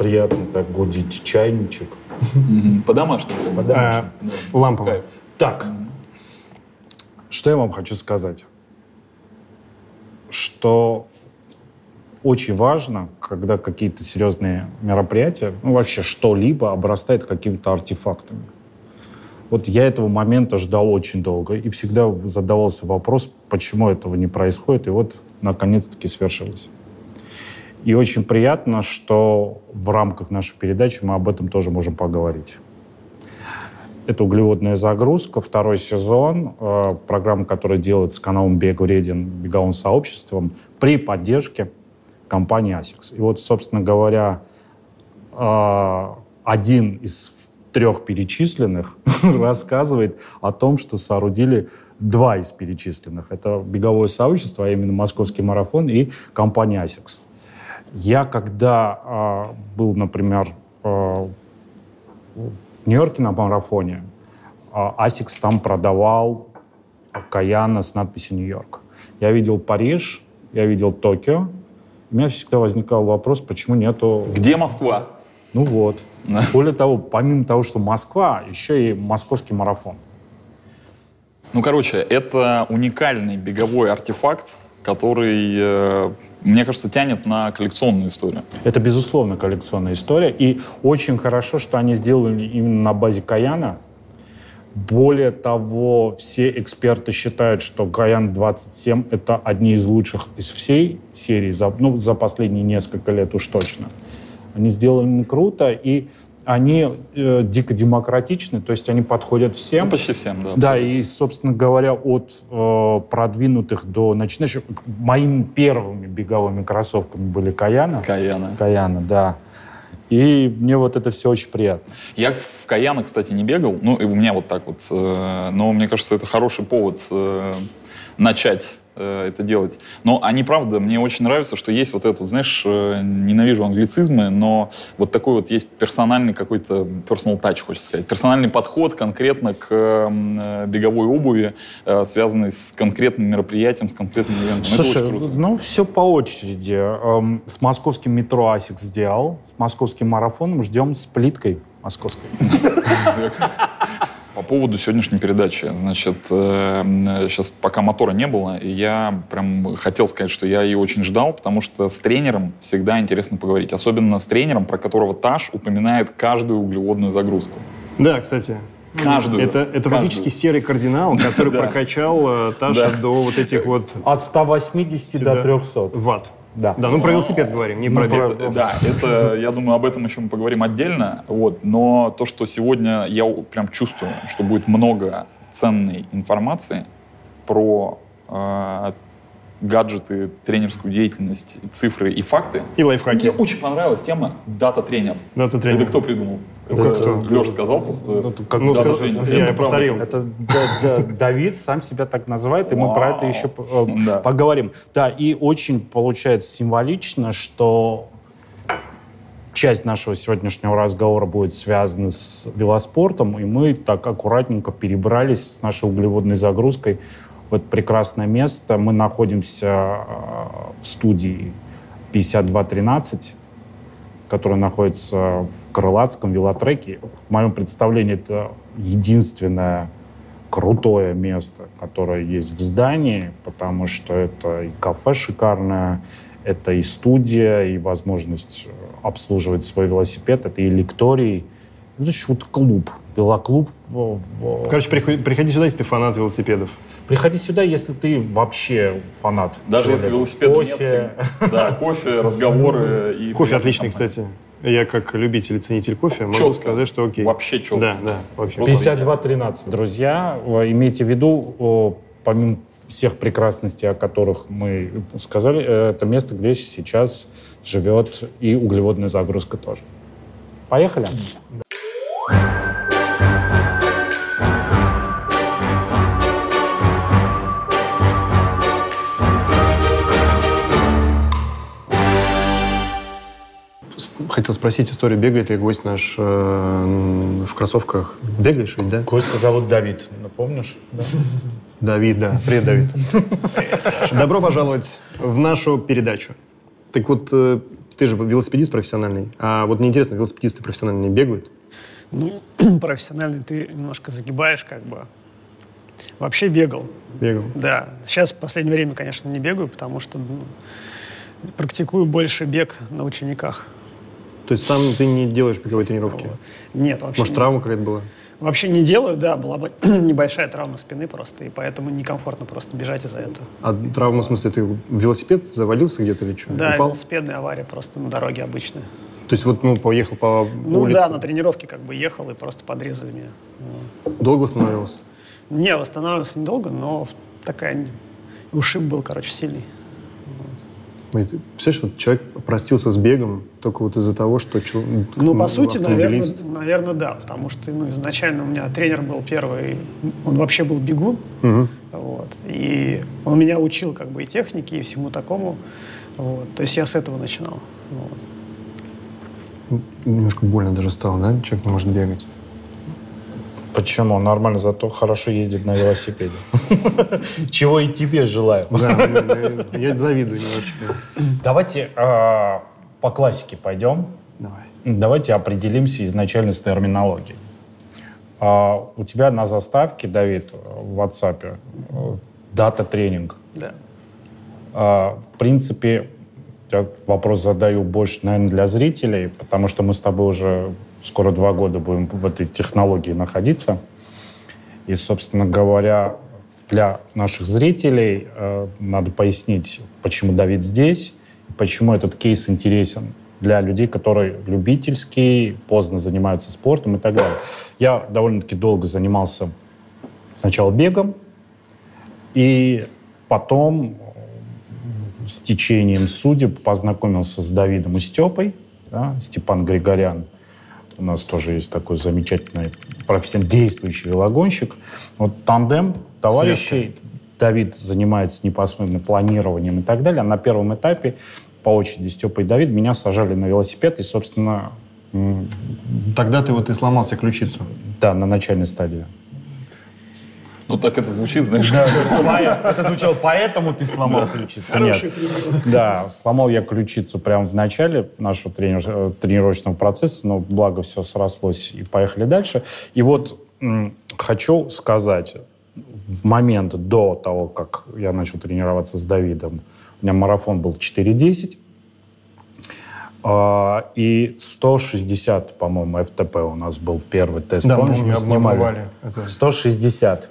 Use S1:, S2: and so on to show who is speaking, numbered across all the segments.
S1: приятно так гудить чайничек.
S2: По-домашнему.
S1: По-домашнему.
S3: Лампово.
S1: Так, что я вам хочу сказать? Что очень важно, когда какие-то серьезные мероприятия, ну вообще что-либо обрастает какими-то артефактами. Вот я этого момента ждал очень долго и всегда задавался вопрос, почему этого не происходит, и вот наконец-таки свершилось. И очень приятно, что в рамках нашей передачи мы об этом тоже можем поговорить. Это «Углеводная загрузка», второй сезон, программа, которая делается с каналом «Бег вреден», беговым сообществом при поддержке компании ASICS. И вот, собственно говоря, один из 3 перечисленных рассказывает о том, что соорудили 2 из перечисленных. Это беговое сообщество, а именно Московский марафон и компания ASICS. Я когда был, например, в Нью-Йорке на марафоне, ASICS там продавал Каяна с надписью «Нью-Йорк». Я видел Париж, я видел Токио. У меня всегда возникал вопрос, почему нету...
S2: Где Москва?
S1: Ну вот. Более того, помимо того, что Москва, еще и московский марафон.
S2: Ну, короче, это уникальный беговой артефакт, который, мне кажется, тянет на коллекционную историю.
S1: Это, безусловно, коллекционная история. И очень хорошо, что они сделали именно на базе Каяна. Более того, все эксперты считают, что Каян 27 — это одни из лучших из всей серии, за последние несколько лет уж точно. Они сделаны круто, и они дико демократичны, то есть они подходят всем.
S2: Ну, почти всем, да.
S1: Да, и, собственно говоря, от продвинутых до начинающих. Моими первыми беговыми кроссовками были Каяна. Каяна, да. И мне вот это все очень приятно.
S2: Я в Каяна, кстати, не бегал, ну, и у меня вот так вот, но мне кажется, это хороший повод начать это делать. Но они, правда, мне очень нравится, что есть вот это, знаешь, ненавижу англицизмы, но вот такой вот есть персональный какой-то personal touch, хочется сказать. Персональный подход конкретно к беговой обуви, связанный с конкретным мероприятием, с конкретным ивентом.
S1: Слушай, ну все по очереди. С московским метро ASICS сделал, с московским марафоном ждем с плиткой московской.
S2: По поводу сегодняшней передачи, значит, сейчас пока мотора не было, и я прям хотел сказать, что я ее очень ждал, потому что с тренером всегда интересно поговорить. Особенно с тренером, про которого Таш упоминает каждую углеводную загрузку.
S3: Да, кстати.
S2: Каждую.
S3: Это фактически серый кардинал, который прокачал Таша до вот этих вот...
S1: От 180 до 300.
S3: Ватт.
S1: Да.
S3: Да, ну про велосипед говорим, не про бег.
S2: Да, это, я думаю, об этом еще мы поговорим отдельно. Вот. Но то, что сегодня я прям чувствую, что будет много ценной информации про гаджеты, тренерскую деятельность, цифры и факты.
S3: И лайфхаки.
S2: Мне очень понравилась тема «Дата-тренер».
S3: Дата-тренер.
S2: Это кто придумал?
S3: Кто?
S2: Леша сказал просто.
S3: Я повторил.
S1: Это Давид сам себя так называет, и мы про это еще поговорим. Да, и очень получается символично, что часть нашего сегодняшнего разговора будет связана с велоспортом, и мы так аккуратненько перебрались с нашей углеводной загрузкой в это прекрасное место. Мы находимся в студии 5213, которая находится в Крылатском велотреке. В моем представлении это единственное крутое место, которое есть в здании, потому что это и кафе шикарное, это и студия, и возможность обслуживать свой велосипед, это и лекторий. Значит, вот клуб, велоклуб.
S3: Короче, приходи сюда, если ты фанат велосипедов.
S1: Приходи сюда, если ты вообще фанат.
S2: Даже
S1: человека.
S2: если велосипеда
S1: кофе.
S2: нет. Да, кофе, разговоры. И
S3: кофе отличный, кстати. Я как любитель и ценитель кофе могу сказать, что окей.
S2: Вообще четко.
S3: Да, вообще.
S1: 5213, друзья. Имейте в виду, помимо всех прекрасностей, о которых мы сказали, это место, где сейчас живет и углеводная загрузка тоже. Поехали?
S3: Хотел спросить, историю, бегает ли гость наш в кроссовках? Бегаешь ведь, да?
S1: Гостя зовут Давид, помнишь? Да?
S3: Давид, да. Привет, Давид. Добро пожаловать в нашу передачу. Так вот, ты же велосипедист профессиональный, а вот мне интересно, велосипедисты профессиональные бегают?
S4: Ну, профессиональный ты немножко загибаешь, как бы. Вообще бегал.
S3: Бегал.
S4: Да. Сейчас в последнее время, конечно, не бегаю, потому что практикую больше бег на учениках.
S3: То есть сам ты не делаешь беговой тренировки?
S4: Нет, вообще.
S3: Может, травма какая-то была?
S4: Вообще не делаю, да, была бы небольшая травма спины просто, и поэтому некомфортно просто бежать из-за этого.
S3: А травма, в смысле, ты в велосипед завалился где-то или что?
S4: Да,
S3: Упал?
S4: велосипедная авария просто на дороге обычная.
S3: То есть вот, поехал по улице?
S4: Да, на тренировке как бы ехал, и просто подрезали меня.
S3: Долго восстанавливался?
S4: Не, восстанавливался недолго, но ушиб был, сильный.
S3: Ты представляешь, вот человек простился с бегом только вот из-за того, что...
S4: по сути, наверное, да, потому что изначально у меня тренер был первый, он вообще был бегун, и он меня учил и технике, и всему такому, то есть я с этого начинал.
S3: Немножко больно даже стало, да? Человек не может бегать.
S1: Почему? Нормально, зато хорошо ездит на велосипеде. Чего и тебе желаю.
S3: Да, я завидую немножечко.
S1: Давайте по классике пойдем.
S3: Давай.
S1: Давайте определимся изначально с терминологией. У тебя на заставке, Давид, в WhatsApp дата тренинг.
S4: Да.
S1: В принципе, я вопрос задаю больше, наверное, для зрителей, потому что мы с тобой уже скоро 2 года будем в этой технологии находиться. И, собственно говоря, для наших зрителей надо пояснить, почему Давид здесь, почему этот кейс интересен для людей, которые любительские, поздно занимаются спортом и так далее. Я довольно-таки долго занимался сначала бегом, и потом с течением судеб познакомился с Давидом и Степой, да, Степан Григорян. У нас тоже есть такой замечательный профессиональный действующий велогонщик. Вот тандем товарищей. Давид занимается непосредственно планированием и так далее. А на первом этапе по очереди Степа и Давид меня сажали на велосипед. И, собственно...
S3: Тогда ты и сломался ключицу.
S1: Да, на начальной стадии.
S2: Так это звучит, знаешь.
S1: Это звучало, поэтому ты сломал ключицу. Нет. Да, сломал я ключицу прямо в начале нашего тренировочного процесса, но благо все срослось и поехали дальше. И хочу сказать, в момент до того, как я начал тренироваться с Давидом, у меня марафон был 4:10, и 160, по-моему, FTP у нас был первый тест.
S3: Да,
S1: помнишь, мы снимали? 160.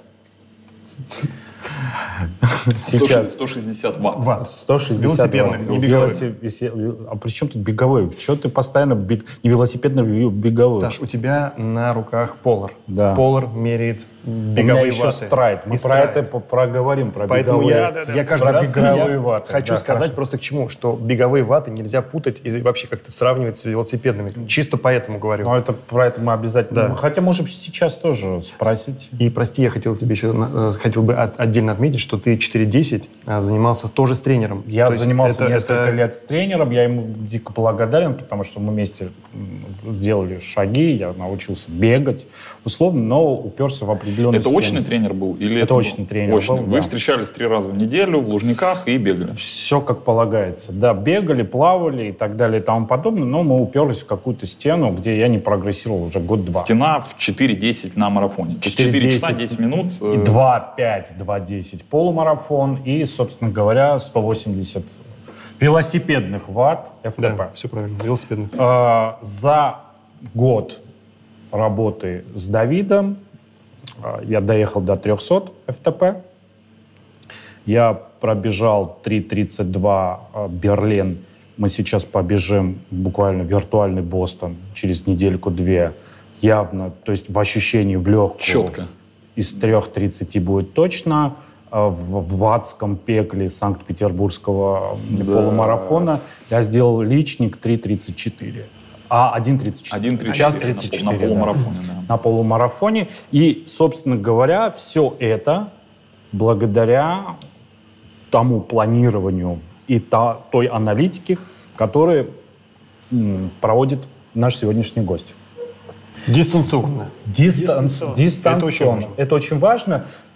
S2: Сейчас 160 ватт.
S1: 160
S3: велосипедный,
S1: ватт.
S3: не беговой.
S1: А при чем тут беговой? Чего ты постоянно не велосипедный, беговой?
S3: Таш, у тебя на руках Polar.
S1: Да.
S3: Polar меряет беговые
S1: у меня еще
S3: ваты.
S1: Страйд. Мы про это проговорим, про
S3: Поэтому
S1: беговые.
S3: я каждый раз
S1: ваты.
S3: хочу сказать просто к чему, что беговые ваты нельзя путать и вообще как-то сравнивать с велосипедными. Чисто поэтому говорю.
S1: Ну, это про это мы обязательно...
S3: Да.
S1: Хотя можем сейчас тоже спросить.
S3: И, прости, я хотел бы отдельно отметить, что ты 4:10 занимался тоже с тренером.
S1: Я занимался несколько лет с тренером, я ему дико благодарен, потому что мы вместе делали шаги, я научился бегать, условно, но уперся в определенную
S2: Это
S1: стену.
S2: очный тренер был? Или
S1: это очный тренер
S2: очный.
S1: был,
S2: Вы
S1: да.
S2: встречались 3 раза в неделю в Лужниках и бегали?
S1: Все как полагается. Да, бегали, плавали и так далее и тому подобное, но мы уперлись в какую-то стену, где я не прогрессировал уже год-два.
S2: Стена в 4:10 на марафоне. 4 часа 10 минут.
S1: 2:5, 2:10 полумарафон и, собственно говоря, 180 велосипедных ватт FTP.
S3: Да, все правильно, велосипедных.
S1: За год работы с Давидом я доехал до 300 FTP. Я пробежал 3:32 Берлин. Мы сейчас побежим буквально виртуальный Бостон через недельку-две. Явно, то есть в ощущении в легкую.
S2: Четко.
S1: Из 3:30 будет точно. В адском пекле Санкт-Петербургского полумарафона я сделал личник 3:34. 1:34. Час 34.
S2: На полумарафоне, да.
S1: На полумарафоне. И, собственно говоря, все это благодаря тому планированию и той аналитике, которую проводит наш сегодняшний гость.
S3: Дистанционно.
S1: Дистанционно.
S3: Это очень важно.
S1: Это очень важно.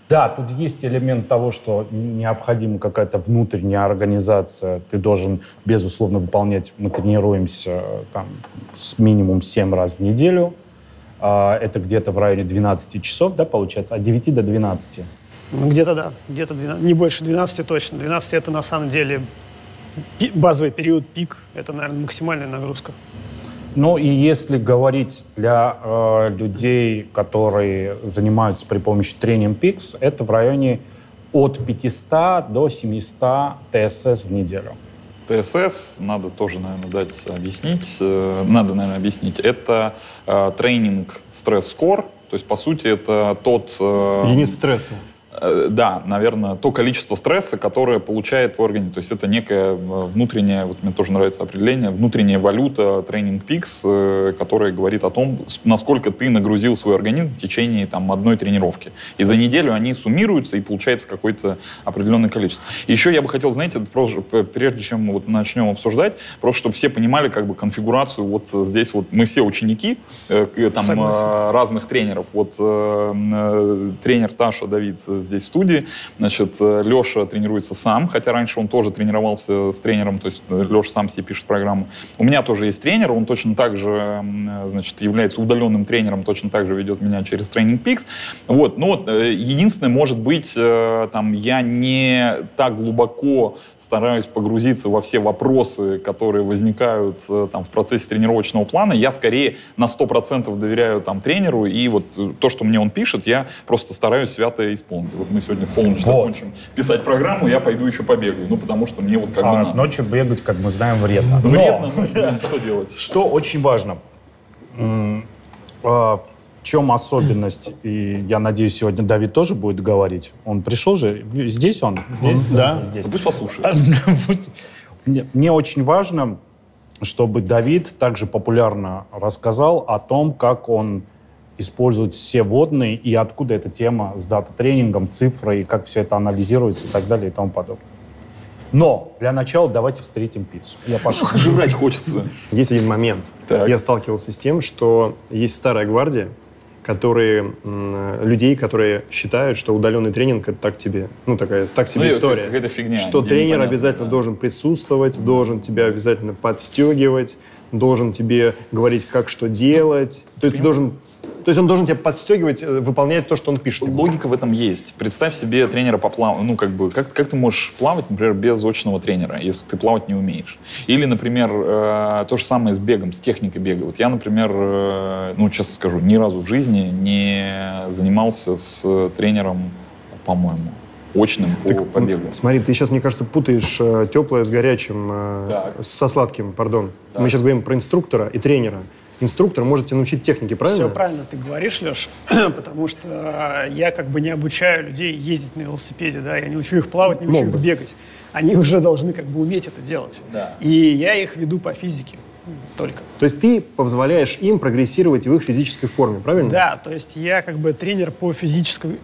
S1: Да, тут есть элемент того, что необходима какая-то внутренняя организация. Ты должен, безусловно, выполнять. Мы тренируемся там, с минимум 7 раз в неделю. Это где-то в районе 12 часов, да, получается? От 9 до 12.
S4: Ну, где-то, да. Где-то 12, не больше 12 точно. 12 — это, на самом деле, базовый период, пик. Это, наверное, максимальная нагрузка.
S1: Ну и если говорить для людей, которые занимаются при помощи Training Peaks, это в районе от 500 до 700 ТСС в неделю.
S2: ТСС, надо тоже, наверное, объяснить. Это тренинг стресс-скор, то есть, по сути, это тот...
S3: Единица стресса.
S2: Да, наверное, то количество стресса, которое получает твой организм. То есть это некая внутренняя, вот мне тоже нравится определение, внутренняя валюта Training Peaks, которая говорит о том, насколько ты нагрузил свой организм в течение там, одной тренировки. И за неделю они суммируются, и получается какое-то определенное количество. И еще я бы хотел, знаете, просто, прежде чем вот начнем обсуждать, просто чтобы все понимали как бы конфигурацию. Вот здесь вот мы все ученики там, разных тренеров. Вот тренер Таша, Давид, здесь в студии. Значит, Леша тренируется сам, хотя раньше он тоже тренировался с тренером, то есть Леша сам себе пишет программу. У меня тоже есть тренер, он точно так же, значит, является удаленным тренером, точно так же ведет меня через Training Peaks. Вот. Но единственное, может быть, там, я не так глубоко стараюсь погрузиться во все вопросы, которые возникают там, в процессе тренировочного плана. Я скорее на 100% доверяю там, тренеру, и вот то, что мне он пишет, я просто стараюсь свято исполнить. Вот мы сегодня в полночь закончим писать программу, я пойду еще побегаю. Ну, потому что мне вот как бы надо.
S1: Ночью бегать, как мы знаем, вредно.
S2: Вредно, что делать?
S1: Что очень важно. В чем особенность, и я надеюсь, сегодня Давид тоже будет говорить. Он пришел же? Здесь он? Здесь?
S2: Да.
S1: Здесь.
S2: Пусть послушает.
S1: Мне очень важно, чтобы Давид также популярно рассказал о том, как он используют все вводные и откуда эта тема с дата-тренингом, цифрой, как все это анализируется и так далее и тому подобное. Но для начала давайте встретим пиццу.
S2: Я пошел. Жрать хочется.
S3: Есть один момент. Так. Я сталкивался с тем, что есть старая гвардия, людей, которые считают, что удаленный тренинг — это так тебе, так себе история.
S2: Какая-то фигня.
S3: Что тренер обязательно должен присутствовать, должен тебя обязательно подстегивать, должен тебе говорить, как что делать. То есть он должен тебя подстегивать, выполнять то, что он пишет.
S2: Логика в этом есть. Представь себе тренера по плаванию. Как ты можешь плавать, например, без очного тренера, если ты плавать не умеешь? Или, например, то же самое с бегом, с техникой бега. Вот я, например, честно скажу, ни разу в жизни не занимался с тренером, по-моему, очным по бегу.
S3: Смотри, ты сейчас, мне кажется, путаешь теплое с горячим, со сладким, пардон. Так. Мы сейчас говорим про инструктора и тренера. Инструктор может тебя научить технике, правильно?
S4: Все правильно ты говоришь, Леш, потому что я как бы не обучаю людей ездить на велосипеде, да, я не учу их плавать, не учу их бегать. Они уже должны как бы уметь это делать. Да. И я их веду по физике только.
S3: То есть ты позволяешь им прогрессировать в их физической форме, правильно?
S4: Да, то есть я как бы тренер по физической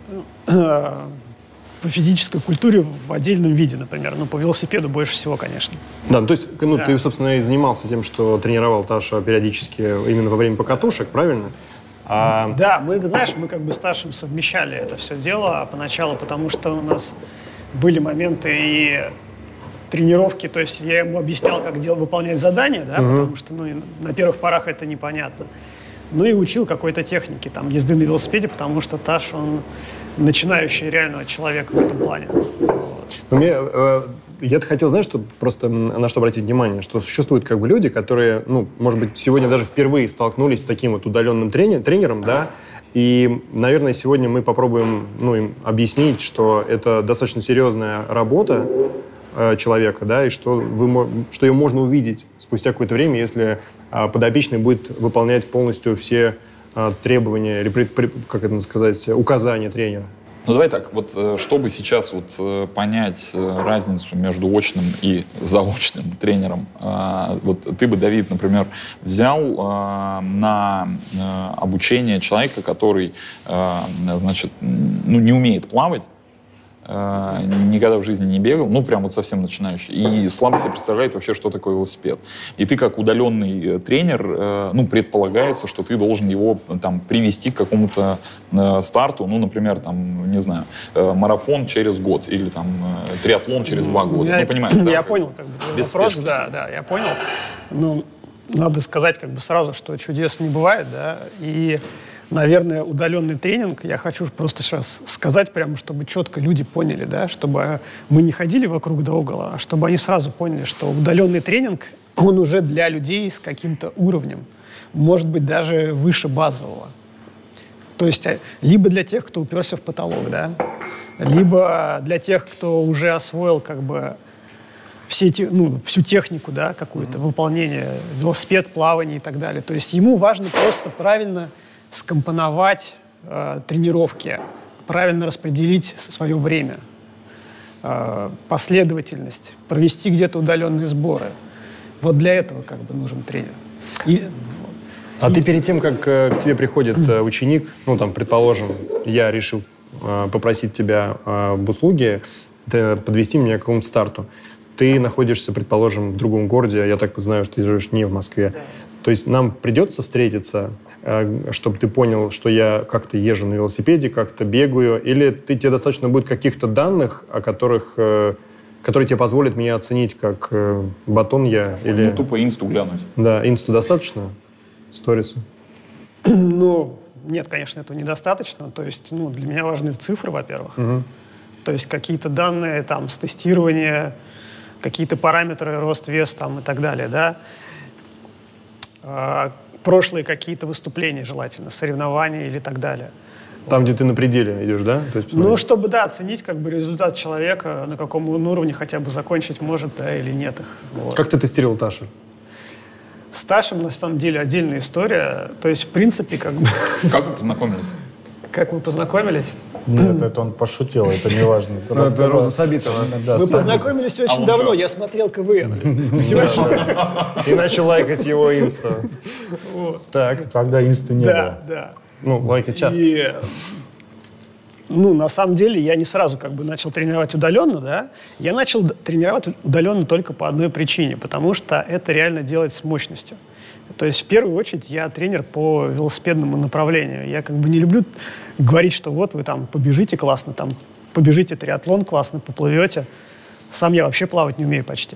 S4: культуре в отдельном виде, например. По велосипеду больше всего, конечно.
S3: Да, то есть ты, собственно, и занимался тем, что тренировал Таша периодически именно во время покатушек, правильно?
S4: Да, мы как бы с Ташем совмещали это все дело поначалу, потому что у нас были моменты и тренировки, то есть я ему объяснял, как выполнять задания, да, потому что на первых порах это непонятно. И учил какой-то технике, там, езды на велосипеде, потому что Таш, он начинающий реально человек в этом плане. Вот.
S3: Я хотел, знаешь, просто на что обратить внимание, что существуют как бы люди, которые, может быть, сегодня даже впервые столкнулись с таким вот удаленным тренером, да, и, наверное, сегодня мы попробуем им объяснить, что это достаточно серьезная работа человека, да, и что ее можно увидеть спустя какое-то время, если подопечный будет выполнять полностью все требования, указания тренера.
S2: Давай так, вот чтобы сейчас понять разницу между очным и заочным тренером, вот ты бы, Давид, например, взял на обучение человека, который, не умеет плавать, никогда в жизни не бегал, ну, прям вот совсем начинающий, и слабо себе представляет вообще, что такое велосипед. И ты, как удаленный тренер, ну, предполагается, что ты должен его там привести к какому-то старту, ну, например, там, не знаю, марафон через год или там триатлон через 2 года. Ну, понимаете, да?
S4: Я понял, как бы, вопрос, да, я понял. Ну, надо сказать как бы сразу, что чудес не бывает, да, и... Наверное, удаленный тренинг, я хочу просто сейчас сказать прямо, чтобы четко люди поняли, да, чтобы мы не ходили вокруг да около, а чтобы они сразу поняли, что удаленный тренинг, он уже для людей с каким-то уровнем, может быть, даже выше базового. То есть либо для тех, кто уперся в потолок, да, либо для тех, кто уже освоил как бы всю технику, да, какую-то, выполнение, велосипед, плавание и так далее. То есть ему важно просто правильно скомпоновать тренировки, правильно распределить свое время, последовательность, провести где-то удаленные сборы. Вот для этого как бы нужен тренер.
S3: Ты перед тем, как к тебе приходит ученик, ну там, предположим, я решил попросить тебя об услуге, подвести меня к какому-то старту. Ты находишься, предположим, в другом городе, я так знаю, что ты живешь не в Москве. Да. То есть нам придется встретиться, чтобы ты понял, что я как-то езжу на велосипеде, как-то бегаю, или тебе достаточно будет каких-то данных, которые тебе позволят меня оценить, как батон я, или...
S2: Ну, тупо инсту глянуть.
S3: Да, инсту достаточно? Сторисы?
S4: Ну, нет, конечно, этого недостаточно. То есть, для меня важны цифры, во-первых. Угу. То есть какие-то данные там с тестирования, какие-то параметры, рост, вес там и так далее, да. Прошлые какие-то выступления желательно, соревнования или так далее.
S3: Там, где ты на пределе идешь, да? То есть,
S4: чтобы, да, оценить как бы результат человека, на каком он уровне хотя бы закончить может, да, или нет их. Вот.
S3: Как ты тестировал Ташу?
S4: С Ташем, на самом деле, отдельная история. То есть, в принципе, как бы...
S2: Как вы познакомились?
S4: Как мы познакомились?
S1: Нет, это он пошутил, это не важно.
S3: Это Роза Сабитова.
S4: Мы познакомились очень давно, я смотрел КВН.
S3: И начал лайкать его инсту.
S1: Так. Когда инсту не было.
S4: Да.
S3: Лайкать часто.
S4: На самом деле, я не сразу как бы начал тренировать удаленно, да. Я начал тренировать удаленно только по одной причине, потому что это реально делать с мощностью. То есть, в первую очередь, я тренер по велосипедному направлению. Я как бы не люблю говорить, что вот вы там побежите классно, там побежите триатлон классно, поплывете. Сам я вообще плавать не умею почти.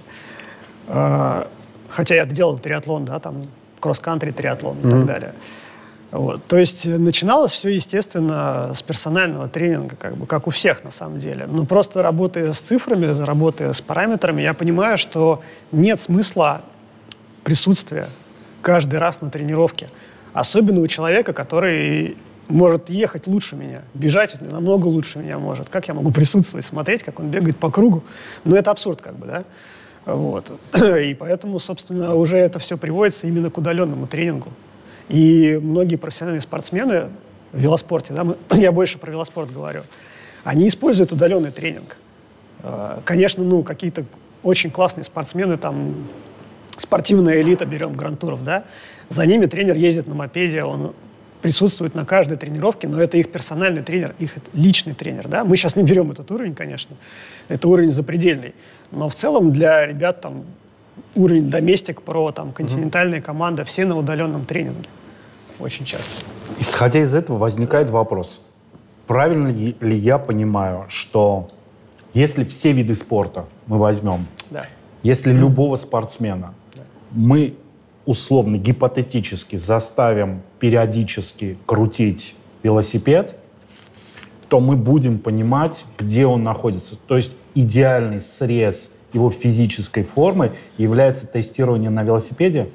S4: Хотя я делал триатлон, да, там кросс-кантри триатлон и так далее. Вот. То есть начиналось все, естественно, с персонального тренинга, как бы, как у всех на самом деле. Но просто работая с цифрами, работая с параметрами, я понимаю, что нет смысла присутствия каждый раз на тренировке. Особенно у человека, который может ехать лучше меня, бежать намного лучше меня может. Как я могу присутствовать, смотреть, как он бегает по кругу? Ну, это абсурд, как бы, да? Вот. И поэтому, собственно, уже это все приводится именно к удаленному тренингу. И многие профессиональные спортсмены в велоспорте, да, я больше про велоспорт говорю, они используют удаленный тренинг. Конечно, какие-то очень классные спортсмены, там, спортивная элита, берем гранд-туров, да, за ними тренер ездит на мопеде, он присутствует на каждой тренировке, но это их персональный тренер, их личный тренер, да. Мы сейчас не берем этот уровень, конечно, это уровень запредельный, но в целом для ребят там уровень Domestic Pro, там, континентальная команда, все на удаленном тренинге. Очень часто.
S1: Исходя из этого возникает вопрос. Правильно ли я понимаю, что если все виды спорта мы возьмем,
S4: да,
S1: если любого спортсмена мы условно, гипотетически заставим периодически крутить велосипед, то мы будем понимать, где он находится. То есть идеальный срез его физической формы является тестирование на велосипеде?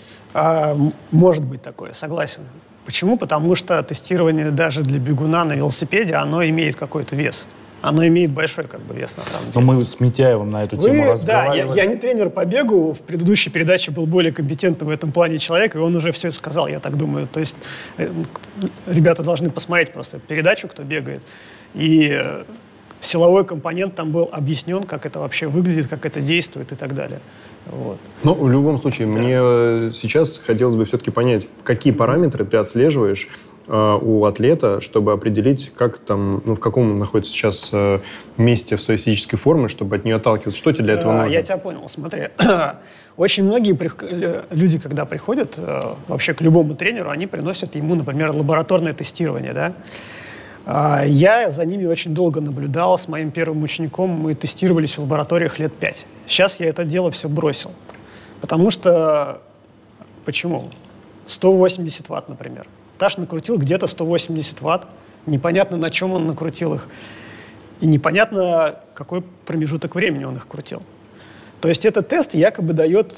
S4: Может быть такое, согласен. Почему? Потому что тестирование даже для бегуна на велосипеде, оно имеет какой-то вес. Оно имеет большой вес, на самом деле.
S1: Но мы с Митяевым на эту тему разговаривали.
S4: Да, я не тренер по бегу. В предыдущей передаче был более компетентным в этом плане человек, и он уже все сказал, я так думаю. То есть ребята должны посмотреть просто эту передачу, кто бегает. И силовой компонент там был объяснен, как это вообще выглядит, как это действует и так далее. Вот.
S3: Ну, в любом случае, мне сейчас хотелось бы все-таки понять, какие параметры ты отслеживаешь у атлета, чтобы определить, как там, в каком он находится сейчас месте в своей физической форме, чтобы от нее отталкиваться? Что тебе для этого нужно?
S4: Я тебя понял. Смотри, очень многие люди, когда приходят вообще к любому тренеру, они приносят ему, например, лабораторное тестирование, да? Я за ними очень долго наблюдал. С моим первым учеником мы тестировались в лабораториях лет 5. Сейчас я это дело все бросил. Потому что... Почему? 180 ватт, например. Таш накрутил где-то 180 ватт. Непонятно, на чем он накрутил их. И непонятно, какой промежуток времени он их крутил. То есть этот тест якобы дает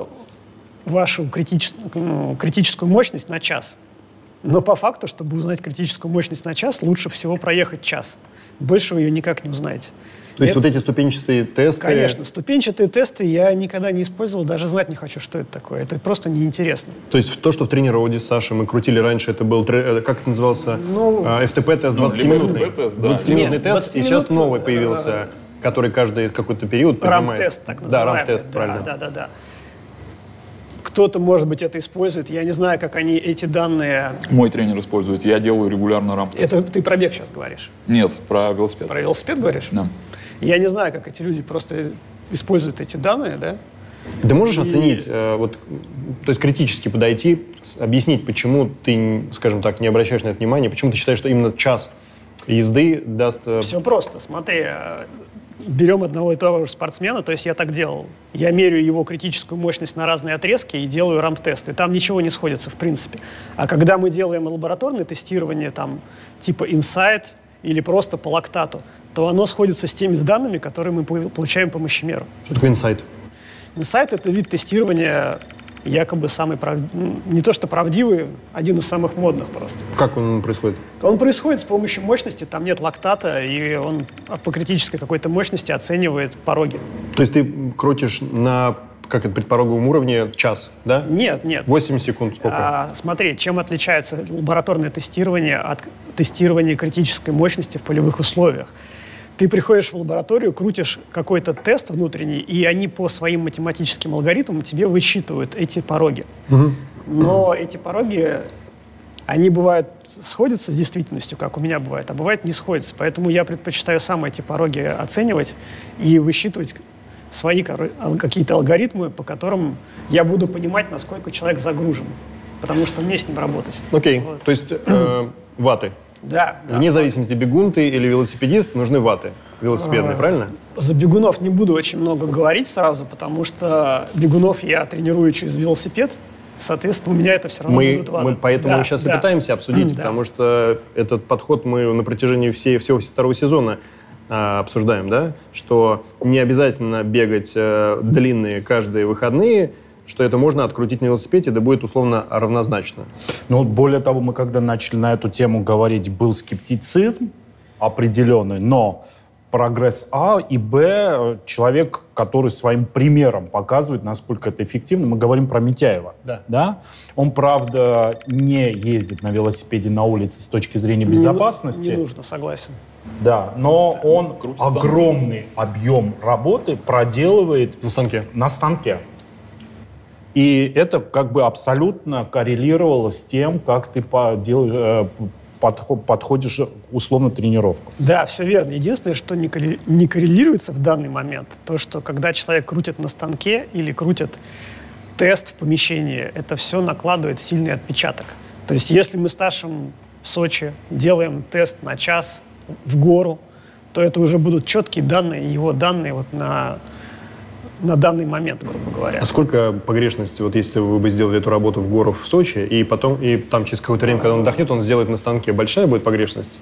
S4: вашу критическую мощность на час. Но по факту, чтобы узнать критическую мощность на час, лучше всего проехать час. Больше вы ее никак не узнаете.
S3: То есть вот эти ступенчатые тесты...
S4: Конечно, ступенчатые тесты я никогда не использовал, даже знать не хочу, что это такое. Это просто неинтересно.
S3: То есть то, что в тренировке с Сашей мы крутили раньше, это был, как это назывался, FTP-тест 20-минутный. 20-минутный тест, и сейчас новый появился, который каждый какой-то период поднимает.
S4: Рамп-тест, так называемый.
S3: Да, рамп-тест, правильно.
S4: Да. Кто-то, может быть, это использует. Я не знаю, как они эти данные...
S2: Мой тренер использует. Я делаю регулярно рамп-тест.
S4: Это ты про бег сейчас говоришь?
S2: Нет, про велосипед.
S4: Про велосипед говоришь?
S2: Да.
S4: Я не знаю, как эти люди просто используют эти данные, да?
S3: Ты можешь оценить, то есть критически подойти, объяснить, почему ты, скажем так, не обращаешь на это внимания, почему ты считаешь, что именно час езды даст...
S4: Все просто. Смотри, берем одного и того же спортсмена, то есть я так делал. Я меряю его критическую мощность на разные отрезки и делаю рамп-тест, и там ничего не сходится в принципе. А когда мы делаем лабораторное тестирование, там, типа Insight или просто по лактату, то оно сходится с теми данными, которые мы получаем по мощемеру.
S3: Что такое Insight?
S4: Insight — это вид тестирования якобы самый не то что правдивый, один из самых модных просто.
S3: Как он происходит?
S4: Он происходит с помощью мощности, там нет лактата, и он по критической какой-то мощности оценивает пороги.
S3: То есть ты крутишь на предпороговом уровне час, да?
S4: Нет.
S3: 8 секунд сколько?
S4: Смотри, чем отличается лабораторное тестирование от тестирования критической мощности в полевых условиях? Ты приходишь в лабораторию, крутишь какой-то тест внутренний, и они по своим математическим алгоритмам тебе высчитывают эти пороги. Но эти пороги, они бывают сходятся с действительностью, как у меня бывает, а бывает не сходятся. Поэтому я предпочитаю сам эти пороги оценивать и высчитывать свои какие-то алгоритмы, по которым я буду понимать, насколько человек загружен. Потому что мне с ним работать.
S3: Окей. Вот. То есть ваты.
S4: Да.
S3: Вне зависимости, бегун ты или велосипедист, нужны ваты велосипедные, правильно?
S4: За бегунов не буду очень много говорить сразу, потому что бегунов я тренирую через велосипед. Соответственно, у меня это все равно будут ваты.
S3: Мы поэтому сейчас и пытаемся обсудить, потому что этот подход мы на протяжении всего второго сезона обсуждаем, да? Что не обязательно бегать длинные каждые выходные, что это можно открутить на велосипеде, да будет условно равнозначно.
S1: Ну, более того, мы когда начали на эту тему говорить, был скептицизм определенный, но прогресс А и Б, человек, который своим примером показывает, насколько это эффективно, мы говорим про Митяева. Да? Он, правда, не ездит на велосипеде на улице с точки зрения безопасности.
S4: Не нужно, согласен.
S1: Да, но он огромный объем работы проделывает на станке. И это как бы абсолютно коррелировало с тем, как ты подходишь условно к тренировкам.
S4: Да, все верно. Единственное, что не коррелируется в данный момент, то, что когда человек крутит на станке или крутит тест в помещении, это все накладывает сильный отпечаток. То есть если мы с Ташем в Сочи делаем тест на час в гору, то это уже будут четкие данные, его данные вот на данный момент, грубо говоря.
S3: А сколько погрешности, вот если вы бы сделали эту работу в гору в Сочи, и потом, и там через какое-то время, когда он отдохнет, он сделает на станке, большая будет погрешность?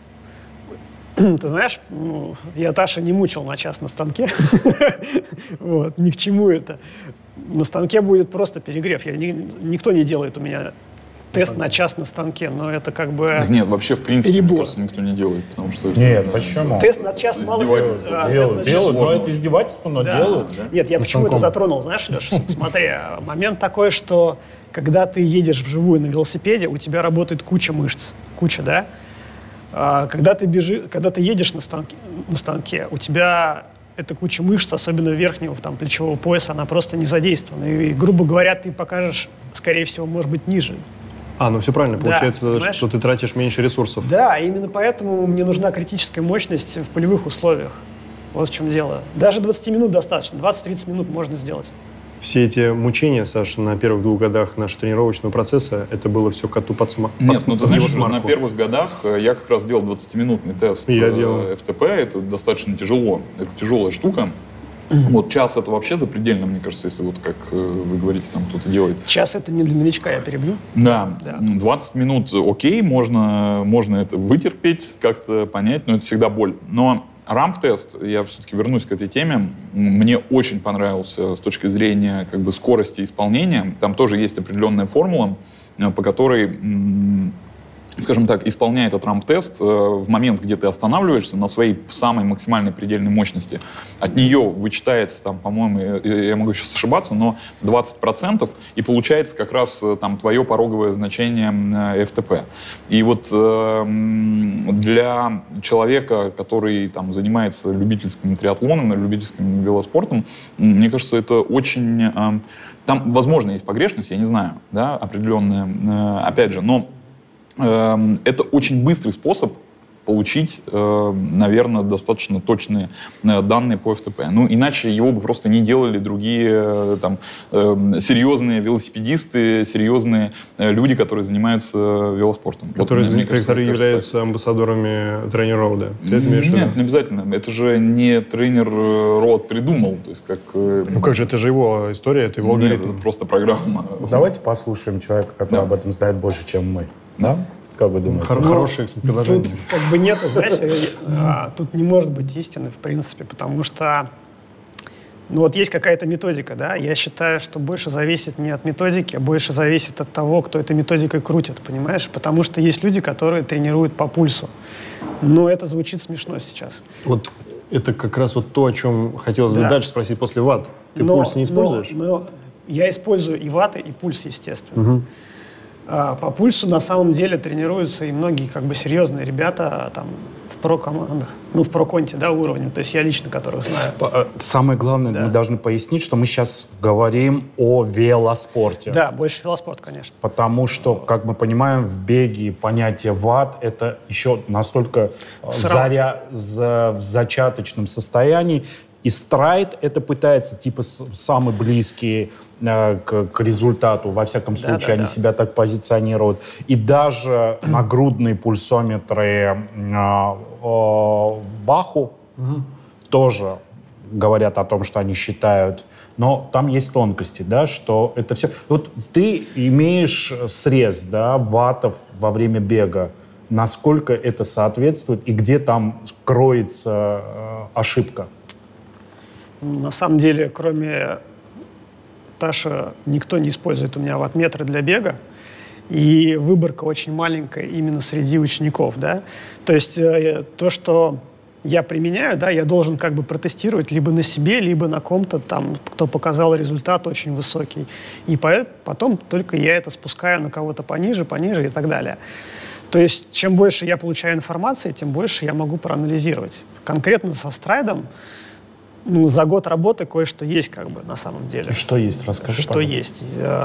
S4: Ты знаешь, я Таша не мучил на час на станке. Вот, ни к чему это. На станке будет просто перегрев. Никто не делает у меня тест на час на станке, но это как бы...
S2: Нет, вообще, в принципе, мне кажется, никто не делает, потому что...
S1: Нет, почему?
S4: Тест на час мало
S1: делают. Но это издевательство, но делают.
S4: Нет, я почему это затронул, знаешь, Леш? Смотри, момент такой, что когда ты едешь вживую на велосипеде, у тебя работает куча мышц. Куча, да? Когда ты едешь на станке, у тебя эта куча мышц, особенно верхнего там, плечевого пояса, она просто не задействована. И, грубо говоря, ты покажешь, скорее всего, может быть, ниже
S3: Ну все правильно. Получается, что ты тратишь меньше ресурсов.
S4: Да, именно поэтому мне нужна критическая мощность в полевых условиях. Вот в чем дело. Даже 20 минут достаточно. 20-30 минут можно сделать.
S3: Все эти мучения, Саша, на первых 2 годах нашего тренировочного процесса, это было все коту под смарку.
S2: Нет, ты знаешь, на первых годах я как раз делал 20-минутный тест FTP. Это достаточно тяжело. Это тяжелая штука. Вот час это вообще запредельно, мне кажется, если вот как вы говорите, там кто-то делает.
S4: Час это не для новичка, я перебью.
S2: Да. 20 минут окей, можно это вытерпеть, как-то понять, но это всегда боль. Но рамп-тест, я все-таки вернусь к этой теме, мне очень понравился с точки зрения как бы скорости исполнения. Там тоже есть определенная формула, по которой, скажем так, исполняя этот рамп-тест в момент, где ты останавливаешься на своей самой максимальной предельной мощности, от нее вычитается, там, по-моему, я могу сейчас ошибаться, но 20%, и получается как раз там твое пороговое значение FTP. И вот для человека, который там занимается любительским триатлоном, любительским велоспортом, мне кажется, это очень... Там, возможно, есть погрешность, я не знаю, да, определенная, опять же, но это очень быстрый способ получить, наверное, достаточно точные данные по FTP. Ну, иначе его бы просто не делали другие там, серьезные велосипедисты, серьезные люди, которые занимаются велоспортом.
S3: Которые являются амбассадорами тренер-роуда.
S2: Нет, не обязательно. Это же не тренер-роуд придумал. То есть как...
S3: Ну как же, это же его история, это его алгоритм.
S2: Нет, это просто программа.
S1: Давайте послушаем человека, который об этом знает больше, чем мы. Да? Как вы думаете?
S3: Хорошее предложение.
S4: Тут как бы нету, знаете, тут не может быть истины, в принципе, потому что вот есть какая-то методика, да, я считаю, что больше зависит не от методики, а больше зависит от того, кто этой методикой крутит, понимаешь? Потому что есть люди, которые тренируют по пульсу, но это звучит смешно сейчас.
S3: Вот это как раз вот то, о чем хотелось бы дальше спросить после ватт. Ты пульс не используешь?
S4: Я использую и ватты, и пульс, естественно. По пульсу на самом деле тренируются и многие как бы серьезные ребята там в про-командах, ну в про-конте, да, уровне, то есть я лично которых знаю.
S1: Самое главное, мы должны пояснить, что мы сейчас говорим о велоспорте.
S4: Да, больше велоспорт, конечно.
S1: Потому что, как мы понимаем, в беге понятие ватт это еще настолько в зачаточном состоянии. И страйд это пытается, типа, самый близкий к результату. Во всяком случае, они себя так позиционируют. И даже нагрудные пульсометры Ваху тоже говорят о том, что они считают. Но там есть тонкости, да, что это все... Вот ты имеешь срез, да, ваттов во время бега. Насколько это соответствует и где там кроется ошибка?
S4: На самом деле, кроме Таши, никто не использует у меня ваттметры для бега. И выборка очень маленькая именно среди учеников, да. То есть то, что я применяю, да, я должен как бы протестировать либо на себе, либо на ком-то там, кто показал результат очень высокий. И потом только я это спускаю на кого-то пониже и так далее. То есть чем больше я получаю информации, тем больше я могу проанализировать. Конкретно со страйдом за год работы кое-что есть, как бы, на самом деле.
S1: Что есть? Расскажи,
S4: что есть?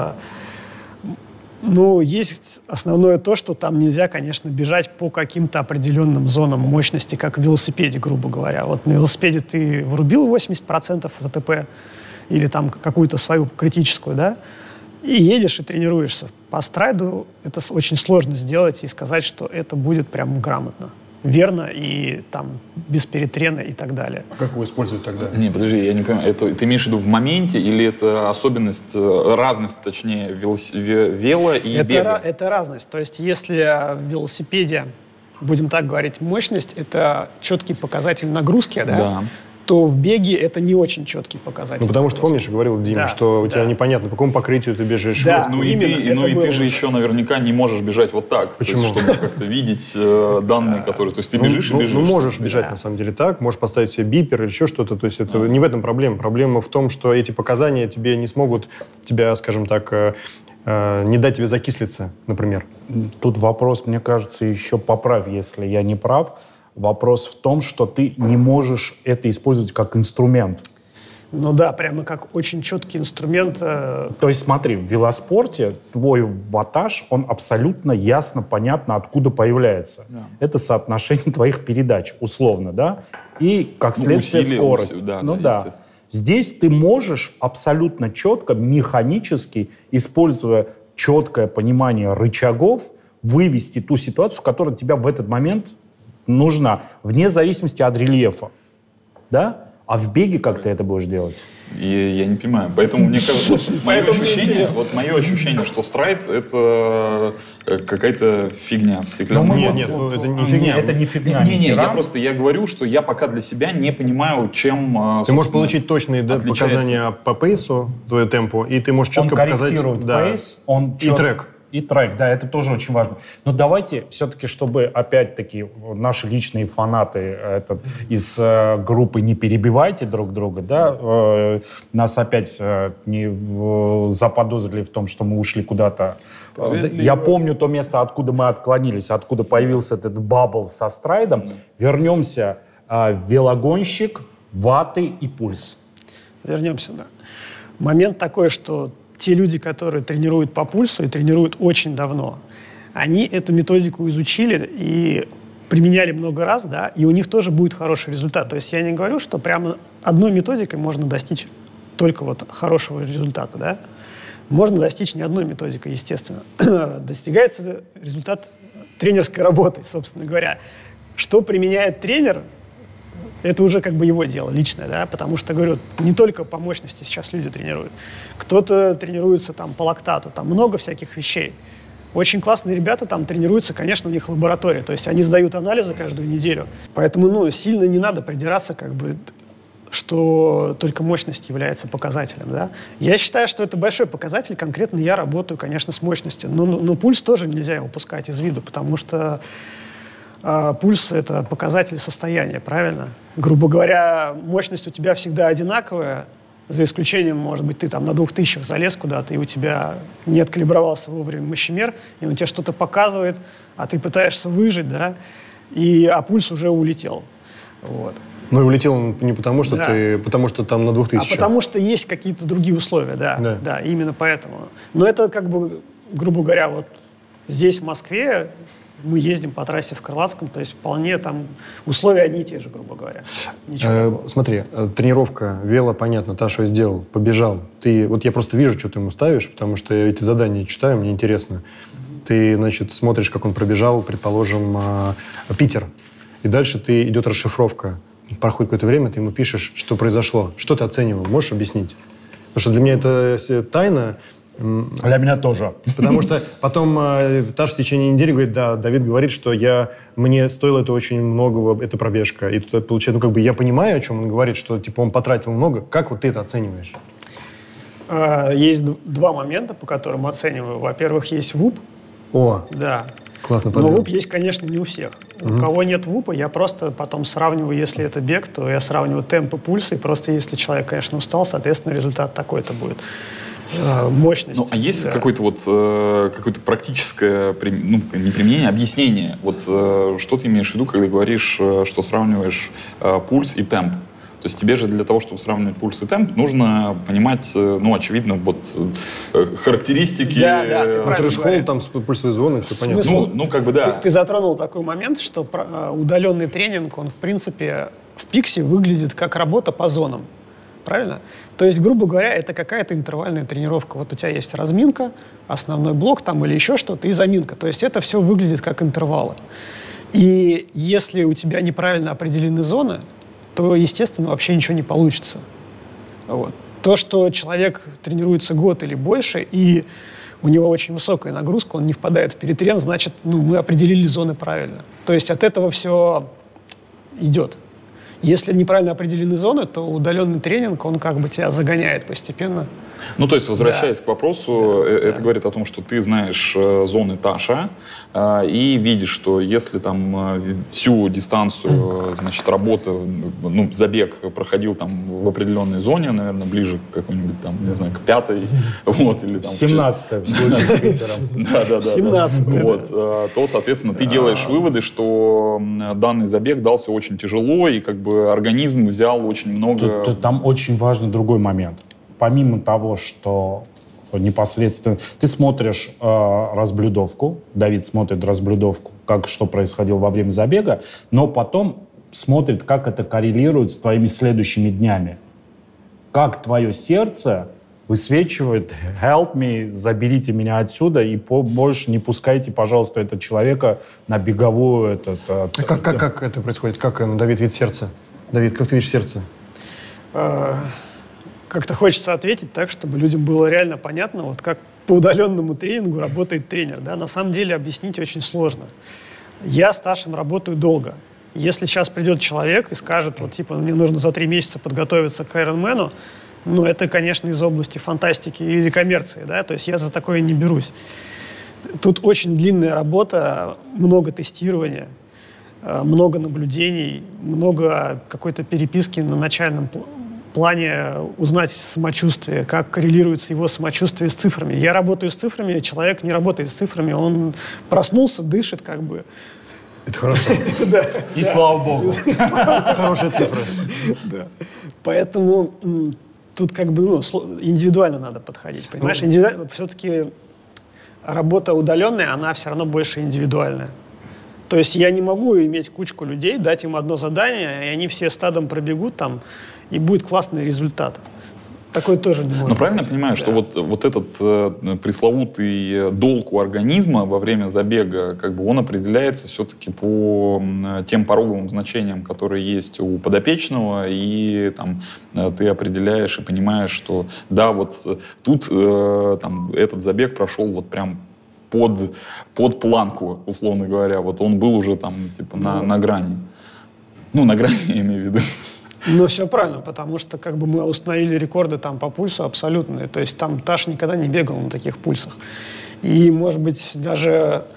S4: Есть основное то, что там нельзя, конечно, бежать по каким-то определенным зонам мощности, как в велосипеде, грубо говоря. Вот на велосипеде ты врубил 80% АТП или там какую-то свою критическую, да, и едешь и тренируешься. По страйду это очень сложно сделать и сказать, что это будет прям грамотно, верно и там без перетрена и так далее.
S3: А как его использовать тогда?
S2: Не, подожди, я не понимаю. Это ты имеешь в виду в моменте или это особенность, разность, точнее, вело и бега?
S4: Это разность. То есть если в велосипеде, будем так говорить, мощность — это четкий показатель нагрузки, да? То в беге это не очень четкий показатель.
S3: Ну, потому что, помнишь, говорил Дима, что у тебя непонятно, по какому покрытию ты бежишь.
S4: Да,
S2: и ты же еще наверняка не можешь бежать вот так.
S3: Почему?
S2: То есть, чтобы как-то видеть данные, которые... То есть ты бежишь и бежишь.
S3: Ну, можешь бежать, на самом деле, так. Можешь поставить себе бипер или еще что-то. То есть это не в этом проблема. Проблема в том, что эти показания тебе не смогут тебя, скажем так, не дать тебе закислиться, например.
S1: Тут вопрос, мне кажется, еще поправь, если я не прав. Вопрос в том, что ты не можешь это использовать как инструмент.
S4: Ну да, прямо как очень четкий инструмент.
S1: То есть смотри, в велоспорте твой ваттаж, он абсолютно ясно, понятно, откуда появляется. Да. Это соотношение твоих передач, условно, да? И, как следствие, скорость. Да. Здесь ты можешь абсолютно четко, механически, используя четкое понимание рычагов, вывести ту ситуацию, которая тебе в этот момент нужна, вне зависимости от рельефа. Да? А в беге как ты это будешь делать?
S2: Я не понимаю. Поэтому мне кажется, мое ощущение, что страйд — это какая-то фигня.
S3: Нет, это не фигня.
S1: Это не фигня.
S2: Я говорю, что я пока для себя не понимаю, чем...
S3: Ты можешь получить точные показания по пейсу, твою темпу, и ты можешь четко показать...
S1: Он корректирует пейс,
S3: и трек.
S1: И трек, да, это тоже очень важно. Но давайте все-таки, чтобы, опять-таки, наши личные фанаты из группы «Не перебивайте друг друга», да, нас опять не заподозрили в том, что мы ушли куда-то. Я помню то место, откуда мы отклонились, откуда появился этот бабл со страйдом. Вернемся. Велогонщик, ваты и пульс.
S4: Вернемся, да. Момент такой, что те люди, которые тренируют по пульсу и тренируют очень давно, они эту методику изучили и применяли много раз, да, и у них тоже будет хороший результат. То есть я не говорю, что прямо одной методикой можно достичь только вот хорошего результата, да. Можно достичь не одной методикой, естественно. Достигается результат тренерской работы, собственно говоря. Что применяет тренер, это уже как бы его дело личное, да, потому что, говорю, не только по мощности сейчас люди тренируют. Кто-то тренируется там по лактату, там много всяких вещей. Очень классные ребята там тренируются, конечно, у них лаборатория, то есть они сдают анализы каждую неделю. Поэтому, сильно не надо придираться, как бы, что только мощность является показателем, да. Я считаю, что это большой показатель, конкретно я работаю, конечно, с мощностью, но пульс тоже нельзя упускать из виду, потому что пульс — это показатель состояния, правильно? Грубо говоря, мощность у тебя всегда одинаковая, за исключением, может быть, ты там на 2000 залез куда-то, и у тебя не откалибровался вовремя мощемер, и он тебе что-то показывает, а ты пытаешься выжить, да, а пульс уже улетел. Вот.
S3: Ну и улетел он не потому, что потому что там на 2000.
S4: А потому что есть какие-то другие условия, да, именно поэтому. Но это как бы, грубо говоря, вот здесь, в Москве, мы ездим по трассе в Крылатском, то есть вполне там условия одни и те же, грубо говоря.
S3: Смотри, тренировка, вело, понятно, та, что я сделал, побежал. Вот я просто вижу, что ты ему ставишь, потому что я эти задания читаю, мне интересно. Ты, значит, смотришь, как он пробежал, предположим, Питер. И дальше идет расшифровка. Проходит какое-то время, ты ему пишешь, что произошло. Что ты оценивал? Можешь объяснить? Потому что для меня это тайна.
S1: Для меня тоже.
S3: Потому что потом Таш в течение недели говорит, да, Давид говорит, что мне стоило это очень много, эта пробежка. И тут получается, я понимаю, о чем он говорит, что типа он потратил много. Как вот ты это оцениваешь?
S4: Есть два момента, по которым оцениваю. Во-первых, есть ВУП. Да.
S3: Классно подбил.
S4: Но ВУП есть, конечно, не у всех. У кого нет ВУПа, я просто потом сравниваю, если это бег, то я сравниваю темп и пульс, и просто если человек, конечно, устал, соответственно, результат такой-то будет. Мощность.
S2: Есть какое-то практическое, не применение, объяснение? Что ты имеешь в виду, когда говоришь, что сравниваешь пульс и темп? То есть тебе же для того, чтобы сравнивать пульс и темп, нужно понимать, очевидно, характеристики.
S3: Трэш-холл, там пульсовые зоны, все понятно.
S4: Ты затронул такой момент, что удаленный тренинг, он, в принципе, в пиксе выглядит как работа по зонам. Правильно? То есть, грубо говоря, это какая-то интервальная тренировка. Вот у тебя есть разминка, основной блок там или еще что-то, и заминка. То есть это все выглядит как интервалы. И если у тебя неправильно определены зоны, то, естественно, вообще ничего не получится. Вот. То, что человек тренируется год или больше, и у него очень высокая нагрузка, он не впадает в перетрен, значит, мы определили зоны правильно. То есть от этого все идет. Если неправильно определены зоны, то удаленный тренинг, он как бы тебя загоняет постепенно.
S2: То есть, возвращаясь к вопросу, это говорит о том, что ты знаешь зоны Таша и видишь, что если там всю дистанцию, значит, работы, забег проходил там в определенной зоне, наверное, ближе к какой-нибудь там, не знаю, к 5-й, или там...
S1: 17-й в случае с Питером.
S2: Да.
S4: 17-й.
S2: То, соответственно, ты делаешь выводы, что данный забег дался очень тяжело, и как бы чтобы организм взял очень много...
S1: Там очень важный другой момент. Помимо того, что непосредственно... Ты смотришь разблюдовку, Давид смотрит разблюдовку, что происходило во время забега, но потом смотрит, как это коррелирует с твоими следующими днями. Как твое сердце высвечивает «help me», «заберите меня отсюда» и больше не пускайте, пожалуйста, этого человека на беговую...
S3: Как это происходит? Как Давид видит сердце? Давид, как ты видишь сердце?
S4: Как-то хочется ответить так, чтобы людям было реально понятно, вот как по удаленному тренингу работает тренер. Да? На самом деле объяснить очень сложно. Я с Ташем работаю долго. Если сейчас придет человек и скажет, вот типа, мне нужно за 3 месяца подготовиться к Ironman'у, ну, это, конечно, из области фантастики или коммерции, да, то есть я за такое не берусь. Тут очень длинная работа, много тестирования, много наблюдений, много какой-то переписки на начальном плане, узнать самочувствие, как коррелируется его самочувствие с цифрами. Я работаю с цифрами, человек не работает с цифрами, он проснулся, дышит как бы.
S3: Это хорошо.
S1: И слава богу.
S3: Хорошая цифра.
S4: Поэтому... Тут как бы индивидуально надо подходить, понимаешь? Все-таки работа удаленная, она все равно больше индивидуальная. То есть я не могу иметь кучку людей, дать им одно задание, и они все стадом пробегут там, и будет классный результат. Такое тоже не может.
S2: Но правильно я понимаю, что вот этот пресловутый долг у организма во время забега, как бы он определяется все-таки по тем пороговым значениям, которые есть у подопечного, и там ты определяешь и понимаешь, что да, вот тут там, этот забег прошел вот прям под планку, условно говоря. Вот он был уже там типа на грани. Ну, на грани я имею в виду.
S4: Ну, все правильно, потому что как бы мы установили рекорды там по пульсу абсолютные. То есть там Таш никогда не бегал на таких пульсах. И, может быть, даже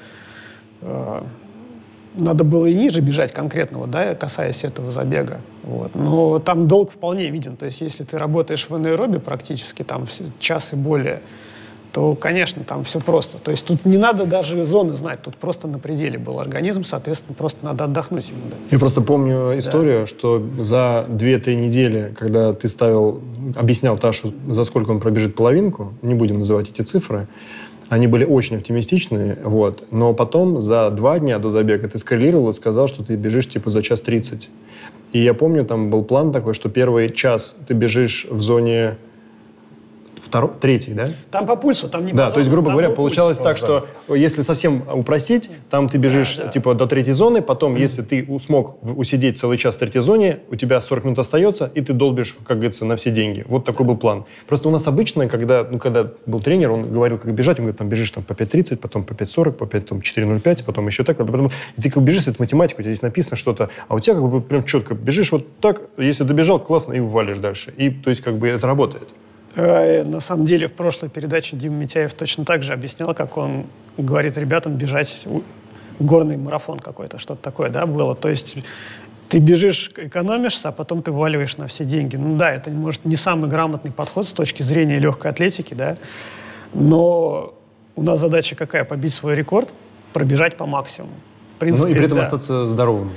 S4: надо было и ниже бежать конкретного, да, касаясь этого забега. Вот. Но там долг вполне виден. То есть если ты работаешь в анаэробе практически там час и более, то, конечно, там все просто. То есть тут не надо даже зоны знать, тут просто на пределе был организм, соответственно, просто надо отдохнуть ему. Да.
S3: Я просто помню историю, что за 2-3 недели, когда ты объяснял Ташу, за сколько он пробежит половинку, не будем называть эти цифры, они были очень оптимистичные, вот. Но потом за 2 дня до забега ты скоррелировал и сказал, что ты бежишь типа за 1:30. И я помню, там был план такой, что первый час ты бежишь в зоне... Третий, да?
S4: Там по пульсу, там не
S3: Да, то есть, грубо говоря, получалось так, что если совсем упростить, там ты бежишь типа до 3-й зоны, потом, если ты смог усидеть целый час в 3-й зоне, у тебя 40 минут остается, и ты долбишь, как говорится, на все деньги. Вот такой был план. Просто у нас обычно, когда был тренер, он говорил, как бежать, он говорит, там бежишь там, по 5:30, потом по 5:40, по 4:05, потом еще так, потом... И ты как бежишь, это математика, у тебя здесь написано что-то, а у тебя как бы прям четко бежишь вот так, если добежал, классно, и валишь дальше. И, то есть, как бы это работает.
S4: На самом деле, в прошлой передаче Дима Митяев точно так же объяснял, как он говорит ребятам бежать горный марафон какой-то, что-то такое, да, было. То есть ты бежишь, экономишься, а потом ты вваливаешь на все деньги. Ну да, это, может, не самый грамотный подход с точки зрения легкой атлетики, да, но у нас задача какая? Побить свой рекорд, пробежать по максимуму. В принципе,
S3: и при этом остаться здоровым.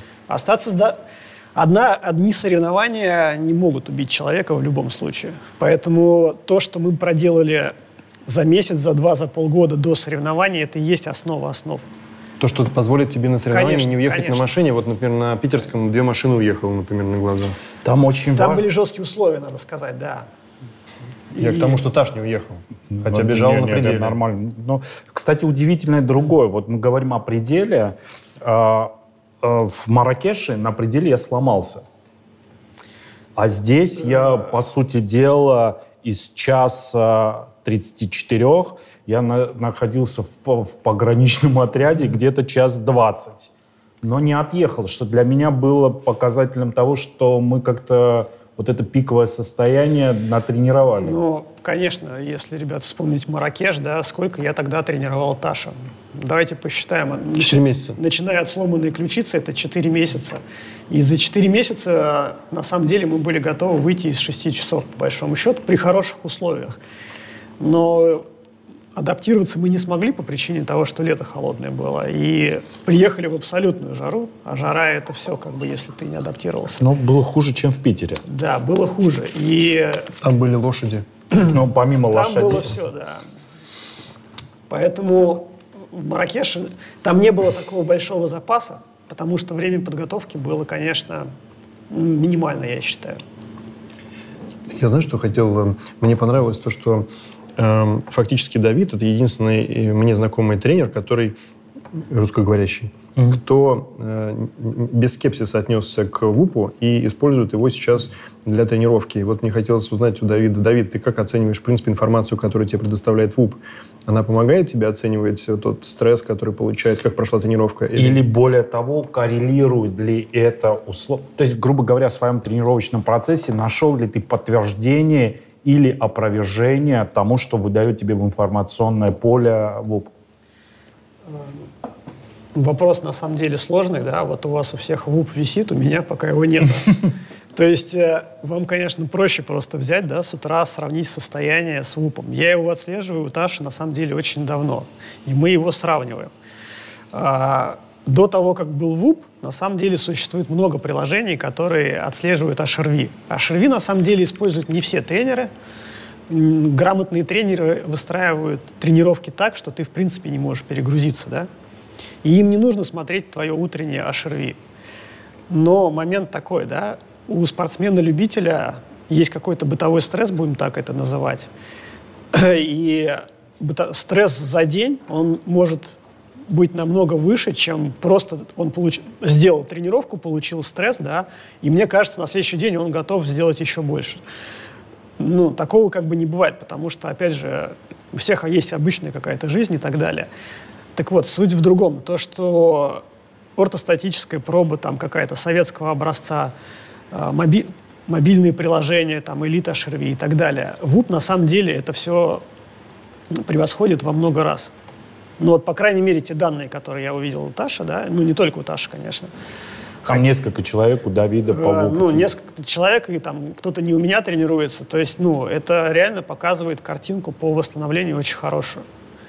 S4: Одни соревнования не могут убить человека в любом случае. Поэтому то, что мы проделали за месяц, за 2, за полгода до соревнований, это и есть основа основ.
S3: То, что позволит тебе на соревнования не уехать на машине. Вот, например, на Питерском 2 машины уехало, например, на глаза.
S1: Там
S4: были жесткие условия, надо сказать, да.
S3: Я к тому, что Таш не уехал, хотя бежал на пределе.
S1: Нормально. Но, кстати, удивительное другое. Вот мы говорим о пределе. В Марракеше на пределе я сломался. А здесь я, по сути дела, из часа 34 я находился в пограничном отряде где-то 1:20. Но не отъехал, что для меня было показателем того, что мы как-то вот это пиковое состояние натренировали.
S4: Ну, конечно, если, ребят, вспомнить Марракеш, да, сколько я тогда тренировал Таша. Давайте посчитаем.
S3: 4 месяца.
S4: Начиная от сломанной ключицы, это 4 месяца. И за 4 месяца, на самом деле, мы были готовы выйти из 6 часов, по большому счету, при хороших условиях. Но адаптироваться мы не смогли по причине того, что лето холодное было. И приехали в абсолютную жару, а жара — это все, как бы, если ты не адаптировался.
S1: Но было хуже, чем в Питере.
S4: Да, было хуже. И
S3: там были лошади.
S1: Ну, помимо лошадей.
S4: Там было все, да. Поэтому в Марракеше там не было такого большого запаса, потому что время подготовки было, конечно, минимально, я считаю.
S3: Я, знаю, что хотел... Мне понравилось то, что фактически Давид — это единственный мне знакомый тренер, который русскоговорящий, кто без скепсиса отнесся к ВУПу и использует его сейчас для тренировки. И вот мне хотелось узнать у Давида. Давид, ты как оцениваешь, в принципе, информацию, которую тебе предоставляет ВУП? Она помогает тебе оценивать тот стресс, который получает, как прошла тренировка?
S1: Или более того, коррелирует ли это условно? То есть, грубо говоря, в своем тренировочном процессе нашел ли ты подтверждение или опровержение тому, что выдает тебе в информационное поле ВУП?
S4: Вопрос на самом деле сложный, да, вот у вас у всех ВУП висит, у меня пока его нет. То есть вам, конечно, проще просто взять, да, с утра сравнить состояние с ВУПом. Я его отслеживаю у Таши, на самом деле, очень давно, и мы его сравниваем. До того, как был ВУП, на самом деле существует много приложений, которые отслеживают HRV. HRV, на самом деле, используют не все тренеры. Грамотные тренеры выстраивают тренировки так, что ты, в принципе, не можешь перегрузиться, да? И им не нужно смотреть твое утреннее HRV. Но момент такой, да, у спортсмена-любителя есть какой-то бытовой стресс, будем так это называть. И стресс за день, он может быть намного выше, чем просто он сделал тренировку, получил стресс, да, и мне кажется, на следующий день он готов сделать еще больше. Ну, такого как бы не бывает, потому что, опять же, у всех есть обычная какая-то жизнь и так далее. Так вот, суть в другом. То, что ортостатическая проба там какая-то советского образца, мобильные приложения, там, Elite HRV и так далее. ВУП, на самом деле, это все превосходит во много раз. Но вот, по крайней мере, те данные, которые я увидел у Таши, да, ну, не только у Таши, конечно.
S1: Там несколько человек у Давида по ВУПу.
S4: Ну, несколько человек, и там кто-то не у меня тренируется. То есть, ну, это реально показывает картинку по восстановлению очень хорошую.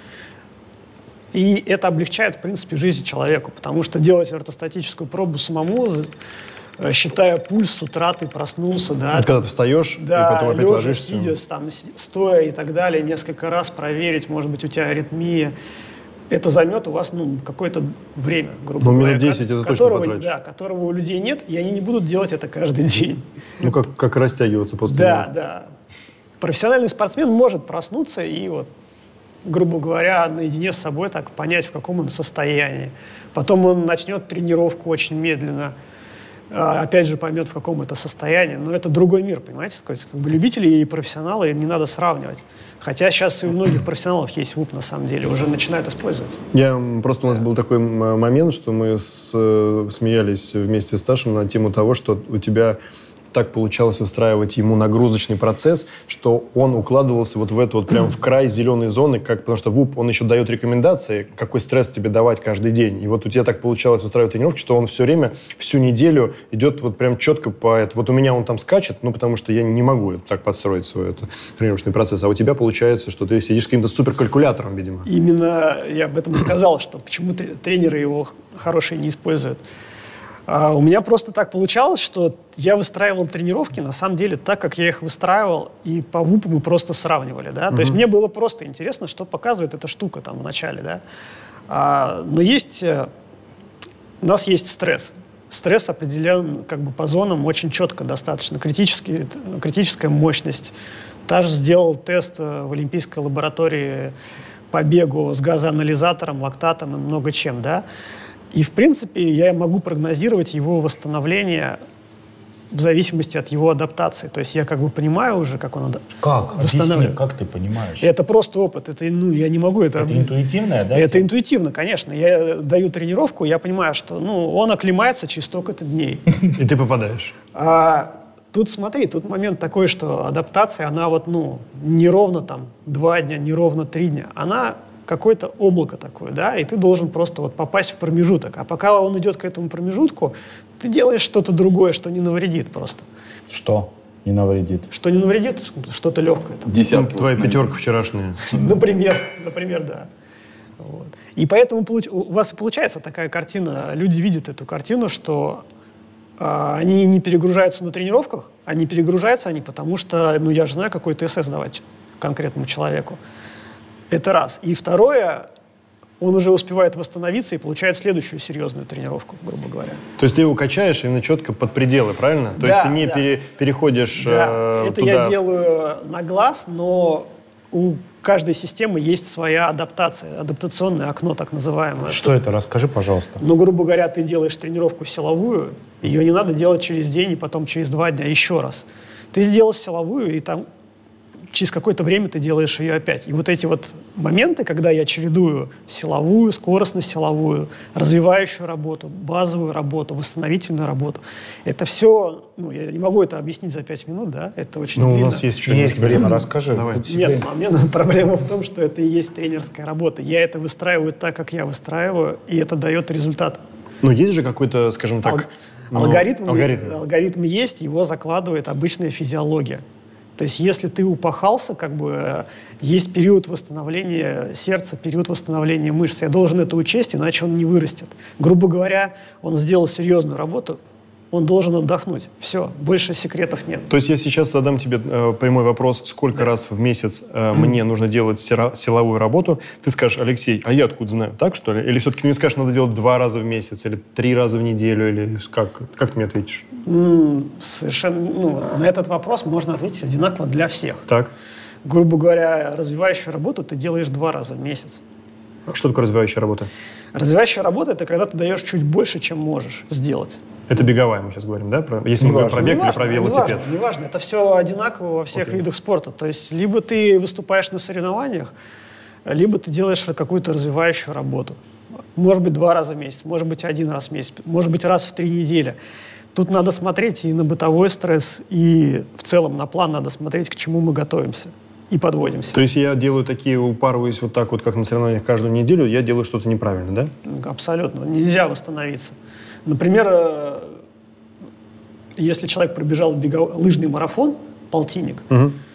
S4: И это облегчает, в принципе, жизнь человеку, потому что делать ортостатическую пробу самому, считая пульс, с утра ты проснулся, да.
S3: Вот когда ты встаешь,
S4: да,
S3: и потом опять
S4: лежа,
S3: ложишься.
S4: сидя, там, стоя и так далее, несколько раз проверить, может быть, у тебя аритмия. Это займет у вас, ну, какое-то время, грубо говоря.
S3: Ну, минут 10 это точно потратишь.
S4: Да, которого у людей нет, и они не будут делать это каждый день.
S3: Ну, как растягиваться после
S4: Да,
S3: него.
S4: да. Профессиональный спортсмен может проснуться и вот, грубо говоря, наедине с собой так понять, в каком он состоянии. Потом он начнет тренировку очень медленно, опять же поймет, в каком это состоянии. Но это другой мир, понимаете? Как бы любители и профессионалы не надо сравнивать. Хотя сейчас и у многих профессионалов есть ВУП, на самом деле, уже начинают использовать.
S3: Просто у нас был такой момент, что мы смеялись вместе с Ташем на тему того, что у тебя так получалось выстраивать ему нагрузочный процесс, что он укладывался вот в эту вот прям в край зеленой зоны, потому что ВУП, он еще дает рекомендации, какой стресс тебе давать каждый день. И вот у тебя так получалось выстраивать тренировки, что он все время, всю неделю идет вот прям четко по этому. Вот у меня он там скачет, ну, потому что я не могу так подстроить свой тренировочный процесс. А у тебя получается, что ты сидишь с каким-то суперкалькулятором, видимо.
S4: Именно я об этом сказал, что почему тренеры его хорошие не используют. У меня просто так получалось, что я выстраивал тренировки, на самом деле, так, как я их выстраивал, и по ВУПу мы просто сравнивали, да. То есть мне было просто интересно, что показывает эта штука там в начале, да. Но у нас есть стресс. Стресс определен как бы по зонам очень четко, достаточно. Критическая мощность. Таш сделал тест в Олимпийской лаборатории по бегу с газоанализатором, лактатом и много чем, да. И, в принципе, я могу прогнозировать его восстановление в зависимости от его адаптации. То есть я как бы понимаю уже, как он восстанавливает.
S1: Объясни, как ты понимаешь?
S4: Это просто опыт. Это, ну, я не могу это...
S1: Это интуитивное, да?
S4: Это интуитивно, конечно. Я даю тренировку, я понимаю, что он оклемается через столько-то дней.
S3: И ты попадаешь.
S4: Тут смотри, тут момент такой, что адаптация, она вот, не ровно там 2 дня, не ровно 3 дня. Она какое-то облако такое, да, и ты должен просто вот попасть в промежуток. А пока он идет к этому промежутку, ты делаешь что-то другое, что не навредит просто.
S1: Что? Не навредит.
S4: Что не навредит, что-то легкое.
S2: Десятки.
S3: Твоя пятерка вчерашняя.
S4: Например, да. Вот. И поэтому у вас и получается такая картина, люди видят эту картину, что они не перегружаются на тренировках, перегружаются они потому что, я же знаю, какой ТСС давать конкретному человеку. Это раз. И второе, он уже успевает восстановиться и получает следующую серьезную тренировку, грубо говоря.
S3: То есть ты его качаешь именно четко под пределы, правильно? То есть ты не переходишь
S4: туда. Это я делаю на глаз, но у каждой системы есть своя адаптация, адаптационное окно, так называемое.
S1: Что это? Расскажи, пожалуйста.
S4: Грубо говоря, ты делаешь тренировку силовую, ее не надо делать через день и потом через 2 дня еще раз. Ты сделал силовую, и там через какое-то время ты делаешь ее опять. И вот эти вот моменты, когда я чередую силовую, скоростно-силовую, развивающую работу, базовую работу, восстановительную работу, это все, я не могу это объяснить за 5 минут, да, это очень длинно.
S3: У нас есть
S1: время, расскажи.
S4: Нет, проблема в том, что это и есть тренерская работа. Я это выстраиваю так, как я выстраиваю, и это дает результат.
S3: Есть же какой-то, скажем так...
S4: Алгоритм есть, его закладывает обычная физиология. То есть если ты упахался, есть период восстановления сердца, период восстановления мышц. Я должен это учесть, иначе он не вырастет. Грубо говоря, он сделал серьезную работу, он должен отдохнуть. Все, больше секретов нет.
S3: То есть я сейчас задам тебе прямой вопрос, сколько раз в месяц мне нужно делать силовую работу. Ты скажешь: Алексей, а я откуда знаю, так что ли? Или все-таки мне скажешь, надо делать 2 раза в месяц, или 3 раза в неделю, или как ты мне ответишь?
S4: Совершенно, на этот вопрос можно ответить одинаково для всех.
S3: Так.
S4: Грубо говоря, развивающую работу ты делаешь 2 раза в месяц.
S3: Что такое развивающая работа?
S4: Развивающая работа – это когда ты даешь чуть больше, чем можешь сделать.
S3: Это беговая, мы сейчас говорим, да? Если мы говорим про бег или про велосипед.
S4: Неважно, это все одинаково во всех видах спорта. То есть либо ты выступаешь на соревнованиях, либо ты делаешь какую-то развивающую работу. Может быть, 2 раза в месяц, может быть, 1 раз в месяц, может быть, раз в 3 недели. Тут надо смотреть и на бытовой стресс, и в целом на план надо смотреть, к чему мы готовимся. И подводимся.
S3: То есть я делаю упарываюсь вот так вот, как на соревнованиях каждую неделю, я делаю что-то неправильно, да?
S4: Абсолютно. Нельзя восстановиться. Например, если человек пробежал лыжный марафон, полтинник,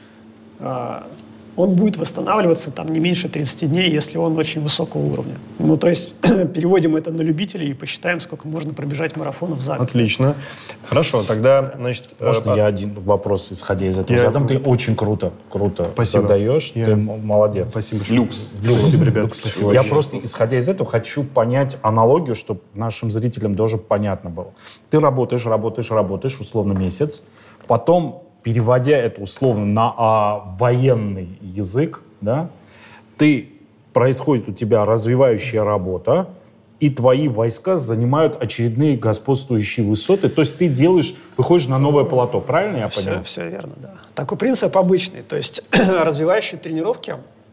S4: он будет восстанавливаться не меньше 30 дней, если он очень высокого уровня. То есть переводим это на любителей и посчитаем, сколько можно пробежать марафонов за год.
S3: Отлично. Хорошо, тогда, значит...
S1: Можно я один вопрос, исходя из этого, задам? Ты очень круто задаешь. Ты молодец.
S3: Спасибо.
S2: Люкс.
S3: Спасибо, ребят. Спасибо.
S1: Я просто, исходя из этого, хочу понять аналогию, чтобы нашим зрителям тоже понятно было. Ты работаешь, условно, месяц, потом, переводя это условно на военный язык, да, происходит у тебя развивающая работа, и твои войска занимают очередные господствующие высоты. То есть ты выходишь на новое плато, правильно я понимаю?
S4: Все верно, да. Такой принцип обычный. То есть развивающие тренировки,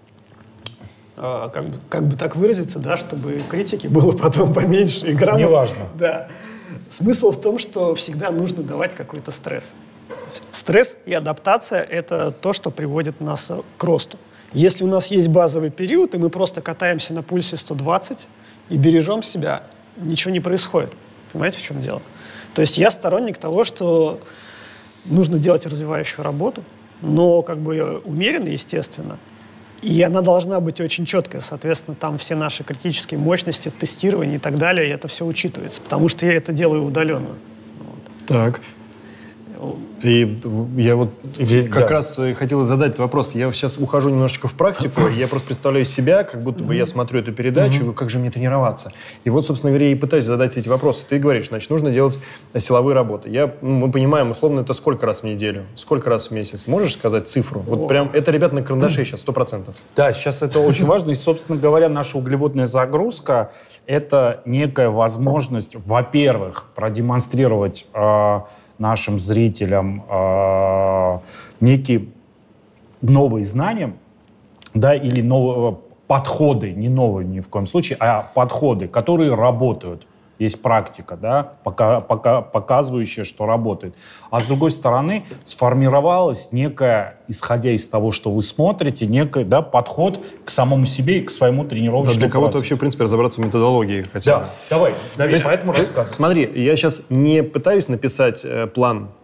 S4: как бы так выразиться, да, чтобы критики было потом поменьше и грамотно.
S1: Неважно.
S4: Да. Смысл в том, что всегда нужно давать какой-то стресс. Стресс и адаптация – это то, что приводит нас к росту. Если у нас есть базовый период, и мы просто катаемся на пульсе 120 и бережем себя, ничего не происходит. Понимаете, в чем дело? То есть я сторонник того, что нужно делать развивающую работу, но умеренно, естественно. И она должна быть очень четкая. Соответственно, там все наши критические мощности, тестирование и так далее, и это все учитывается. Потому что я это делаю удаленно.
S3: Так. И я как раз хотел задать этот вопрос. Я сейчас ухожу немножечко в практику, и я просто представляю себя, как будто бы я смотрю эту передачу, как же мне тренироваться. И собственно говоря, я и пытаюсь задать эти вопросы. Ты говоришь, значит, нужно делать силовые работы. Мы понимаем, условно, это сколько раз в неделю, сколько раз в месяц? Можешь сказать цифру? Прям это, ребят, на карандаше сейчас, 100%.
S1: Да, сейчас это очень важно. И, собственно говоря, наша углеводная загрузка – это некая возможность, во-первых, продемонстрировать нашим зрителям некие новые знания, да, или новые подходы, не новые ни в коем случае, а подходы, которые работают. Есть практика, да, показывающая, что работает. А с другой стороны, сформировалась некая, исходя из того, что вы смотрите, некий, да, подход к самому себе и к своему тренировочному
S3: для кого-то вообще, в принципе, разобраться в методологии.
S1: Да, давай, Давид, поэтому рассказывай.
S3: Смотри, я сейчас не пытаюсь написать план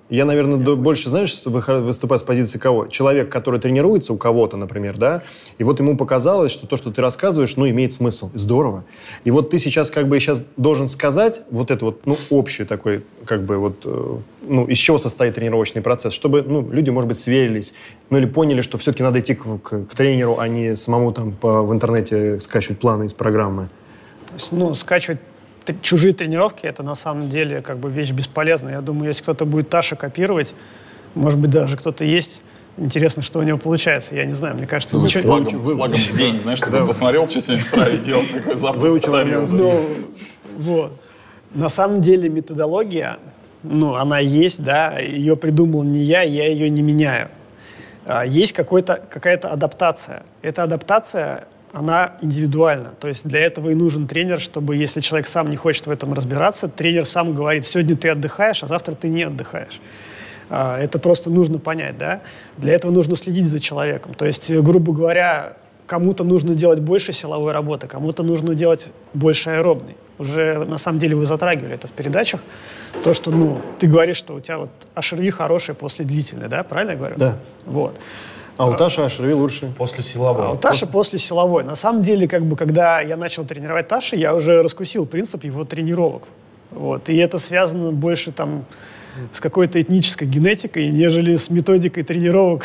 S3: Я, наверное, больше, знаешь, выступаю с позиции кого? Человек, который тренируется у кого-то, например, да, и вот ему показалось, что то, что ты рассказываешь, ну, имеет смысл. Здорово. И вот ты сейчас как бы должен сказать вот это вот, ну, общий такой, как бы вот, ну, из чего состоит тренировочный процесс, чтобы, ну, люди, может быть, сверились, ну, или поняли, что все-таки надо идти к тренеру, а не самому там в интернете скачивать планы из программы.
S4: То есть, ну, скачивать чужие тренировки — это на самом деле как бы вещь бесполезная. Я думаю, если кто-то будет Таша копировать, может быть, даже кто-то есть, интересно, что у него получается. Я не знаю, мне кажется...
S2: Вы с флагом в день, знаешь, чтобы посмотрел, что сегодня с утра делал, такой завтра повторил.
S4: Вот. На самом деле методология, ну, она есть, да, ее придумал не я ее не меняю. Есть какая-то адаптация. Эта адаптация, она индивидуальна. То есть для этого и нужен тренер, чтобы, если человек сам не хочет в этом разбираться, тренер сам говорит: сегодня ты отдыхаешь, а завтра ты не отдыхаешь. Это просто нужно понять, да? Для этого нужно следить за человеком. То есть, грубо говоря, кому-то нужно делать больше силовой работы, кому-то нужно делать больше аэробной. Уже, на самом деле, вы затрагивали это в передачах. То, что, ну, ты говоришь, что у тебя вот HRV хороший после длительной, да? Правильно я говорю?
S3: Да.
S4: Вот.
S3: А у Таши HRV лучше?
S1: После силовой.
S4: А у Таши после силовой. На самом деле, как бы, когда я начал тренировать Таши, я уже раскусил принцип его тренировок. Вот. И это связано больше там с какой-то этнической генетикой, нежели с методикой тренировок.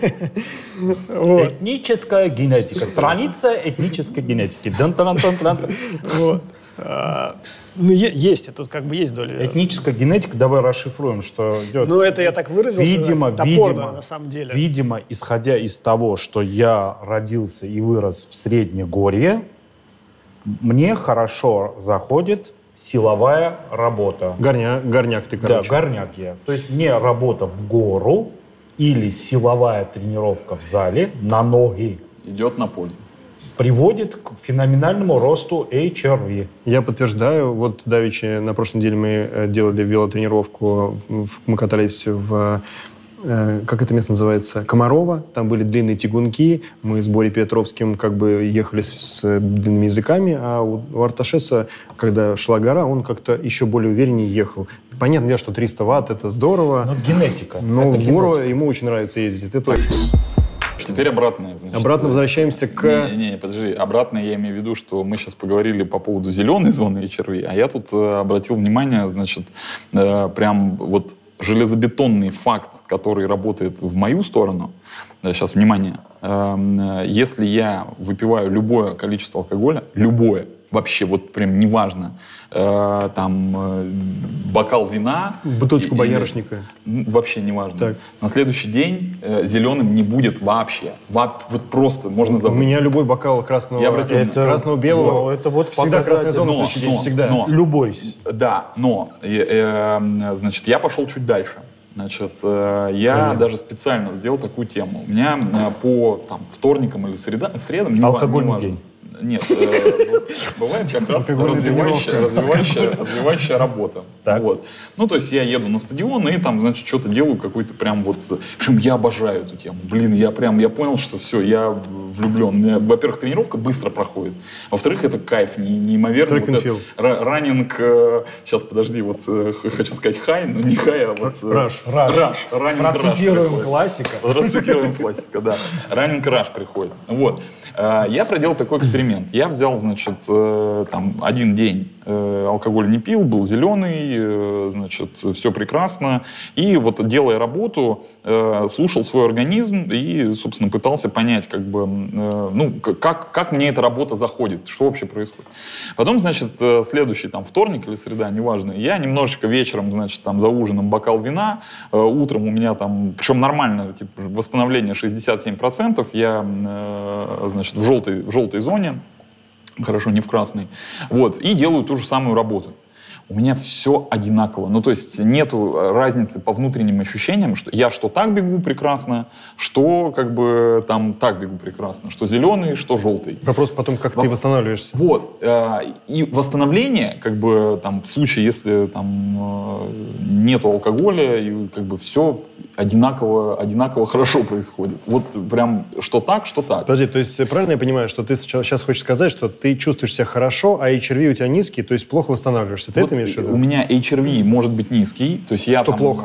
S1: Этническая генетика. Страница этнической генетики.
S4: Ну, есть, тут как бы есть доля.
S1: Этническая генетика, давай расшифруем, что идет.
S4: Ну, это я так выразился, топорно, на самом деле.
S1: Видимо, исходя из того, что я родился и вырос в Среднегорье, мне хорошо заходит силовая работа.
S3: Горняк ты, короче.
S1: Да, горняк я. То есть мне работа в гору или силовая тренировка в зале на ноги
S2: идет на пользу.
S1: Приводит к феноменальному росту HRV.
S3: Я подтверждаю. Вот давеча на прошлой неделе мы делали велотренировку. Мы катались в... Как это место называется? Комарова. Там были длинные тягунки. Мы с Борей Петровским как бы ехали с длинными языками, а у Арташеса, когда шла гора, он как-то еще более увереннее ехал. Понятно, что 300 ватт — это здорово.
S1: Но генетика.
S3: Но в гору ему очень нравится ездить. Это
S2: Теперь обратное. Значит,
S3: обратно возвращаемся к...
S2: Не, подожди. Обратно я имею в виду, что мы сейчас поговорили по поводу зеленой зоны HRV, а я тут обратил внимание, значит, прям вот железобетонный факт, который работает в мою сторону. Сейчас, внимание. Если я выпиваю любое количество алкоголя, любое, вообще вот прям неважно, там бокал вина...
S3: Бутылочку боярышника.
S2: Вообще неважно.
S3: Так.
S2: На следующий день зеленым не будет вообще. Вот просто можно забыть.
S3: У меня любой бокал красного-белого.
S1: Это вот
S3: всегда красная зона на следующий день. Всегда.
S1: Любой.
S2: Да, но значит, я пошел чуть дальше. Значит, я даже специально сделал такую тему. У меня по вторникам или средам...
S1: Алкогольный день.
S2: Нет, бывает как раз развивающая работа. Вот. Ну, то есть я еду на стадион и там, значит, что-то делаю, какой-то прям вот... Причем я обожаю эту тему. Блин, я понял, что все, я влюблен. Во-первых, тренировка быстро проходит. Во-вторых, это кайф неимоверный. Вот раннинг... Сейчас, подожди, вот хочу сказать хай, но не хай, а вот...
S1: Раш.
S2: Процитируем классика. Процитируем классика, да. Раннинг раш приходит. Вот. Я проделал такой эксперимент. Я взял, значит, там один день алкоголь не пил, был зеленый, значит, все прекрасно. И вот, делая работу, слушал свой организм и, собственно, пытался понять, как бы, ну, как мне эта работа заходит, что вообще происходит. Потом, значит, следующий там вторник или среда, неважно, я немножечко вечером, значит, там за ужином бокал вина, утром у меня там, причем нормально, типа, восстановление 67%, я, значит, в желтой зоне, хорошо, не в красной, вот, и делаю ту же самую работу. У меня все одинаково. Ну, то есть нету разницы по внутренним ощущениям, что я что так бегу прекрасно, что как бы там так бегу прекрасно, что зеленый, что желтый.
S3: Вопрос потом, как ты восстанавливаешься.
S2: Вот. И восстановление, как бы там в случае, если там нету алкоголя, и как бы все одинаково хорошо происходит. Вот прям что так, что так.
S3: Подожди, то есть правильно я понимаю, что ты сейчас хочешь сказать, что ты чувствуешь себя хорошо, а HRV у тебя низкий, то есть плохо восстанавливаешься? Ты вот это имеешь в виду?
S2: У меня HRV может быть низкий, то есть я
S3: что
S2: там,
S3: плохо?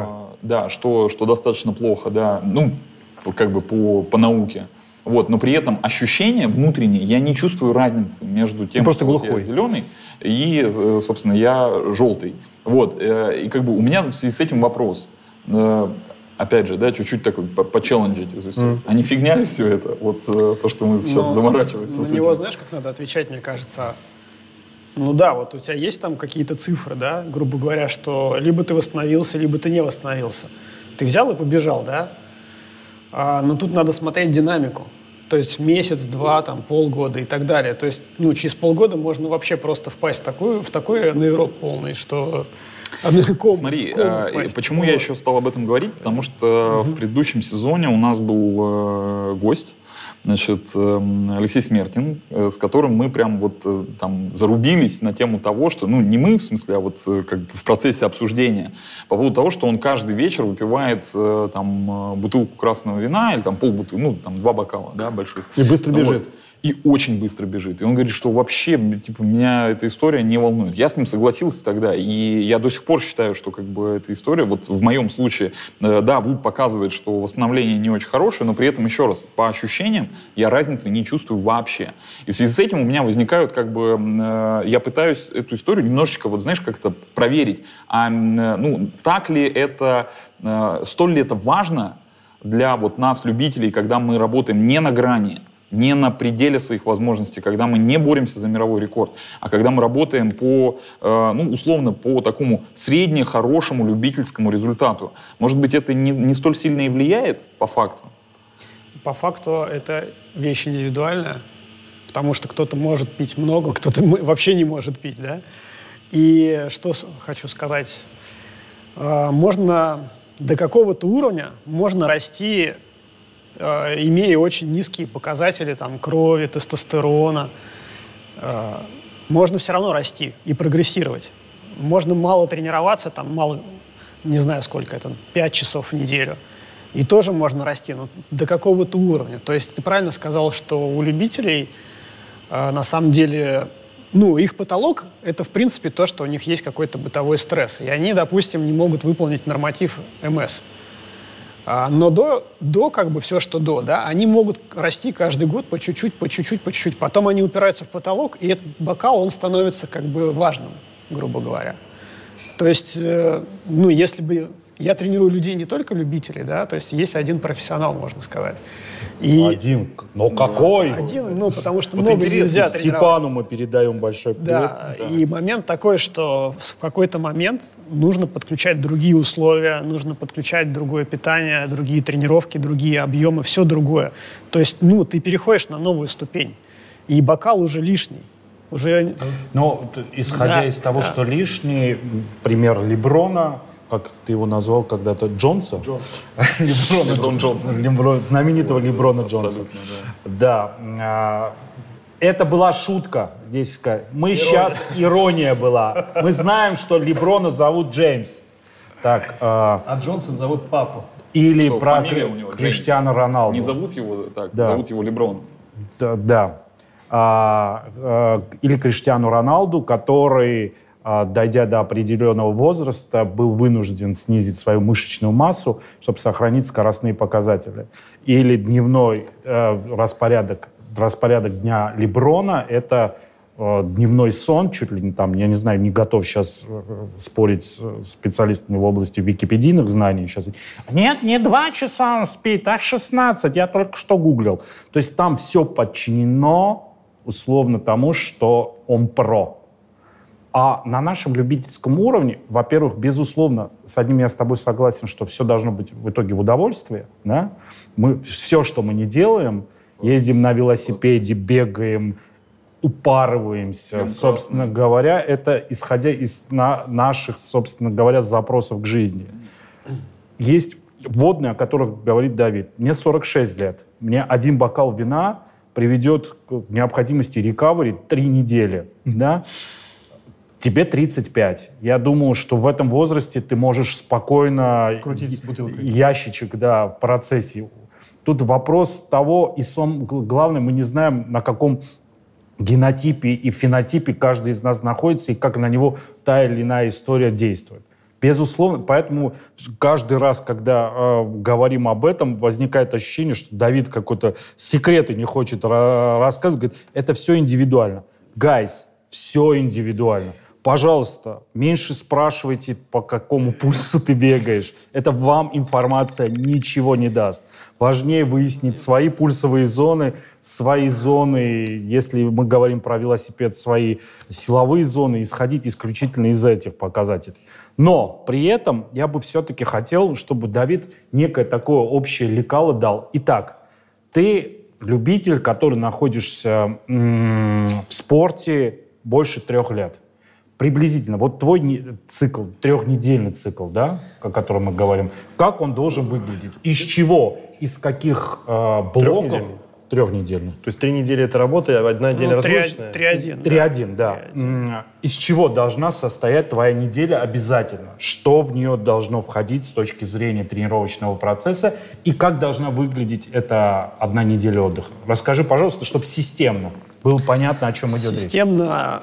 S2: да, что достаточно плохо, да, ну, как бы по науке. Вот, но при этом ощущение внутреннее, я не чувствую разницы между тем,
S3: просто
S2: что я зеленый и, собственно, я желтый. Вот, и как бы у меня в связи с этим вопрос. Опять же, да, чуть-чуть такой почелленджить эту историю. А не фигня ли все это? Вот то, что мы сейчас заморачиваемся с
S4: этим. На него, знаешь, как надо отвечать, мне кажется. Ну да, вот у тебя есть там какие-то цифры, да, грубо говоря, что либо ты восстановился, либо ты не восстановился. Ты взял и побежал, да? Но тут надо смотреть динамику. То есть месяц, два, там, полгода и так далее. То есть, ну, через полгода можно вообще просто впасть в такой анаэроб полный, что...
S2: Смотри, почему я еще стал об этом говорить? Потому что в предыдущем сезоне у нас был гость, значит, Алексей Смертин, с которым мы прям вот там зарубились на тему того, что, ну, не мы, в смысле, а вот как в процессе обсуждения, по поводу того, что он каждый вечер выпивает там бутылку красного вина или там полбутылки, ну, там 2 бокала, да, больших.
S3: И быстро бежит.
S2: Вот. И очень быстро бежит. И он говорит, что вообще, типа, меня эта история не волнует. Я с ним согласился тогда, и я до сих пор считаю, что как бы эта история, вот в моем случае, да, ВУП показывает, что восстановление не очень хорошее, но при этом, еще раз, по ощущениям, я разницы не чувствую вообще. И в связи с этим у меня возникают, как бы, я пытаюсь эту историю немножечко, вот знаешь, как-то проверить, ну, так ли это, столь ли это важно для вот нас, любителей, когда мы работаем не на грани, не на пределе своих возможностей, когда мы не боремся за мировой рекорд, а когда мы работаем по, ну, условно, по такому средне-хорошему любительскому результату. Может быть, это не столь сильно и влияет по факту?
S4: По факту это вещь индивидуальная, потому что кто-то может пить много, кто-то вообще не может пить, да? И что хочу сказать, можно до какого-то уровня можно расти, имея очень низкие показатели там, крови, тестостерона, можно все равно расти и прогрессировать. Можно мало тренироваться, там, мало, не знаю сколько это, 5 часов в неделю, и тоже можно расти, но до какого-то уровня. То есть ты правильно сказал, что у любителей на самом деле, ну, их потолок — это, в принципе, то, что у них есть какой-то бытовой стресс, и они, допустим, не могут выполнить норматив МС. Но до как бы все, что до, да, они могут расти каждый год по чуть-чуть, по чуть-чуть, по чуть-чуть. Потом они упираются в потолок, и этот бокал, он становится как бы важным, грубо говоря. То есть, ну, если бы... Я тренирую людей не только любителей, да, то есть есть один профессионал, можно сказать. И...
S1: Один? Но какой?
S4: Один, ну, потому что
S1: вот
S4: много нельзя тренировать.
S1: Степану мы передаем большой привет.
S4: Да, и момент такой, что в какой-то момент нужно подключать другие условия, нужно подключать другое питание, другие тренировки, другие объемы, все другое. То есть, ну, ты переходишь на новую ступень, и бокал уже лишний. Уже...
S1: Но исходя из того, что лишний, пример Леброна, как ты его назвал когда-то, Джонса?
S2: Леброн Джонса.
S1: Знаменитого Леброна Джонса. Да. Это была шутка здесь. Мы сейчас... Ирония была. Мы знаем, что Леброна зовут Джеймс. Так.
S3: А Джонса зовут папу.
S1: Или про Криштиану Роналду.
S2: Не зовут его так, зовут его Леброн.
S1: Да. Или Криштиану Роналду, который... дойдя до определенного возраста, был вынужден снизить свою мышечную массу, чтобы сохранить скоростные показатели. Или дневной распорядок дня Леброна — это дневной сон, чуть ли не там, я не знаю, не готов сейчас спорить с специалистами в области википедийных знаний. Сейчас. Нет, не 2 часа он спит, а 16, я только что гуглил. То есть там все подчинено условно тому, что он про. А на нашем любительском уровне, во-первых, безусловно, с одним я с тобой согласен, что все должно быть в итоге в удовольствие. Да? Все, что мы не делаем, ездим на велосипеде, бегаем, упарываемся, собственно говоря, это исходя из наших, собственно говоря, запросов к жизни. Есть водные, о которых говорит Давид. Мне 46 лет. Мне 1 бокал вина приведет к необходимости рекавери 3 недели. Да? Тебе 35. Я думаю, что в этом возрасте ты можешь спокойно...
S3: крутить с бутылкой.
S1: Ящичек, да, в процессе. Тут вопрос того, и главное, мы не знаем, на каком генотипе и фенотипе каждый из нас находится, и как на него та или иная история действует. Безусловно, поэтому каждый раз, когда говорим об этом, возникает ощущение, что Давид какой-то секреты не хочет рассказывать. Говорит, это все индивидуально. Гайс, все индивидуально. Пожалуйста, меньше спрашивайте, по какому пульсу ты бегаешь. Это вам информация ничего не даст. Важнее выяснить свои пульсовые зоны, если мы говорим про велосипед, свои силовые зоны, исходить исключительно из этих показателей. Но при этом я бы все-таки хотел, чтобы Давид некое такое общее лекало дал. Итак, ты любитель, который находишься в спорте больше 3 лет. Приблизительно. Вот твой цикл, 3-недельный цикл, да, о котором мы говорим, как он должен выглядеть? Из чего? Из каких блоков? 3-недельный.
S3: То есть 3 недели это работа, а 1 неделя разгрузочная?
S1: 3-1, да. 3-1. Из чего должна состоять твоя неделя обязательно? Что в нее должно входить с точки зрения тренировочного процесса? И как должна выглядеть эта 1 неделя отдыха? Расскажи, пожалуйста, чтобы системно было понятно, о чем идет речь.
S4: Системно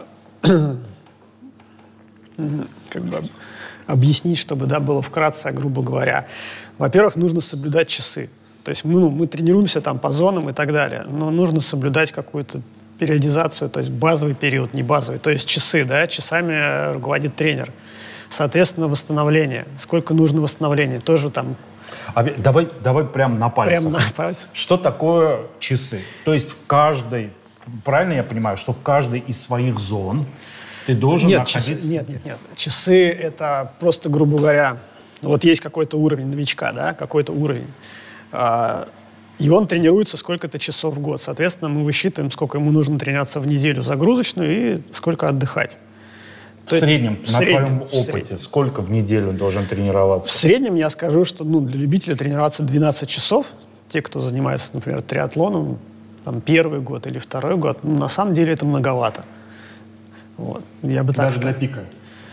S4: как бы объяснить, чтобы было вкратце, грубо говоря. Во-первых, нужно соблюдать часы. То есть мы тренируемся там по зонам и так далее, но нужно соблюдать какую-то периодизацию, то есть базовый период, не базовый. То есть часы, да, часами руководит тренер. Соответственно, восстановление. Сколько нужно восстановления, тоже там...
S1: Давай прямо на пальцах.
S4: Прямо на пальцах.
S1: Что такое часы? То есть в каждой, правильно я понимаю, что в каждой из своих зон ты должен находиться...
S4: Нет. Часы — это просто, грубо говоря, вот есть какой-то уровень новичка, да, какой-то уровень. И он тренируется сколько-то часов в год. Соответственно, мы высчитываем, сколько ему нужно тренироваться в неделю загрузочную и сколько отдыхать.
S1: В среднем, на твоем опыте, сколько в неделю должен тренироваться?
S4: В среднем я скажу, что для любителя тренироваться 12 часов, те, кто занимается, например, триатлоном, там, 1-й год или 2-й год, на самом деле это многовато. Вот. Я бы так
S3: даже
S4: сказал.
S3: для пика?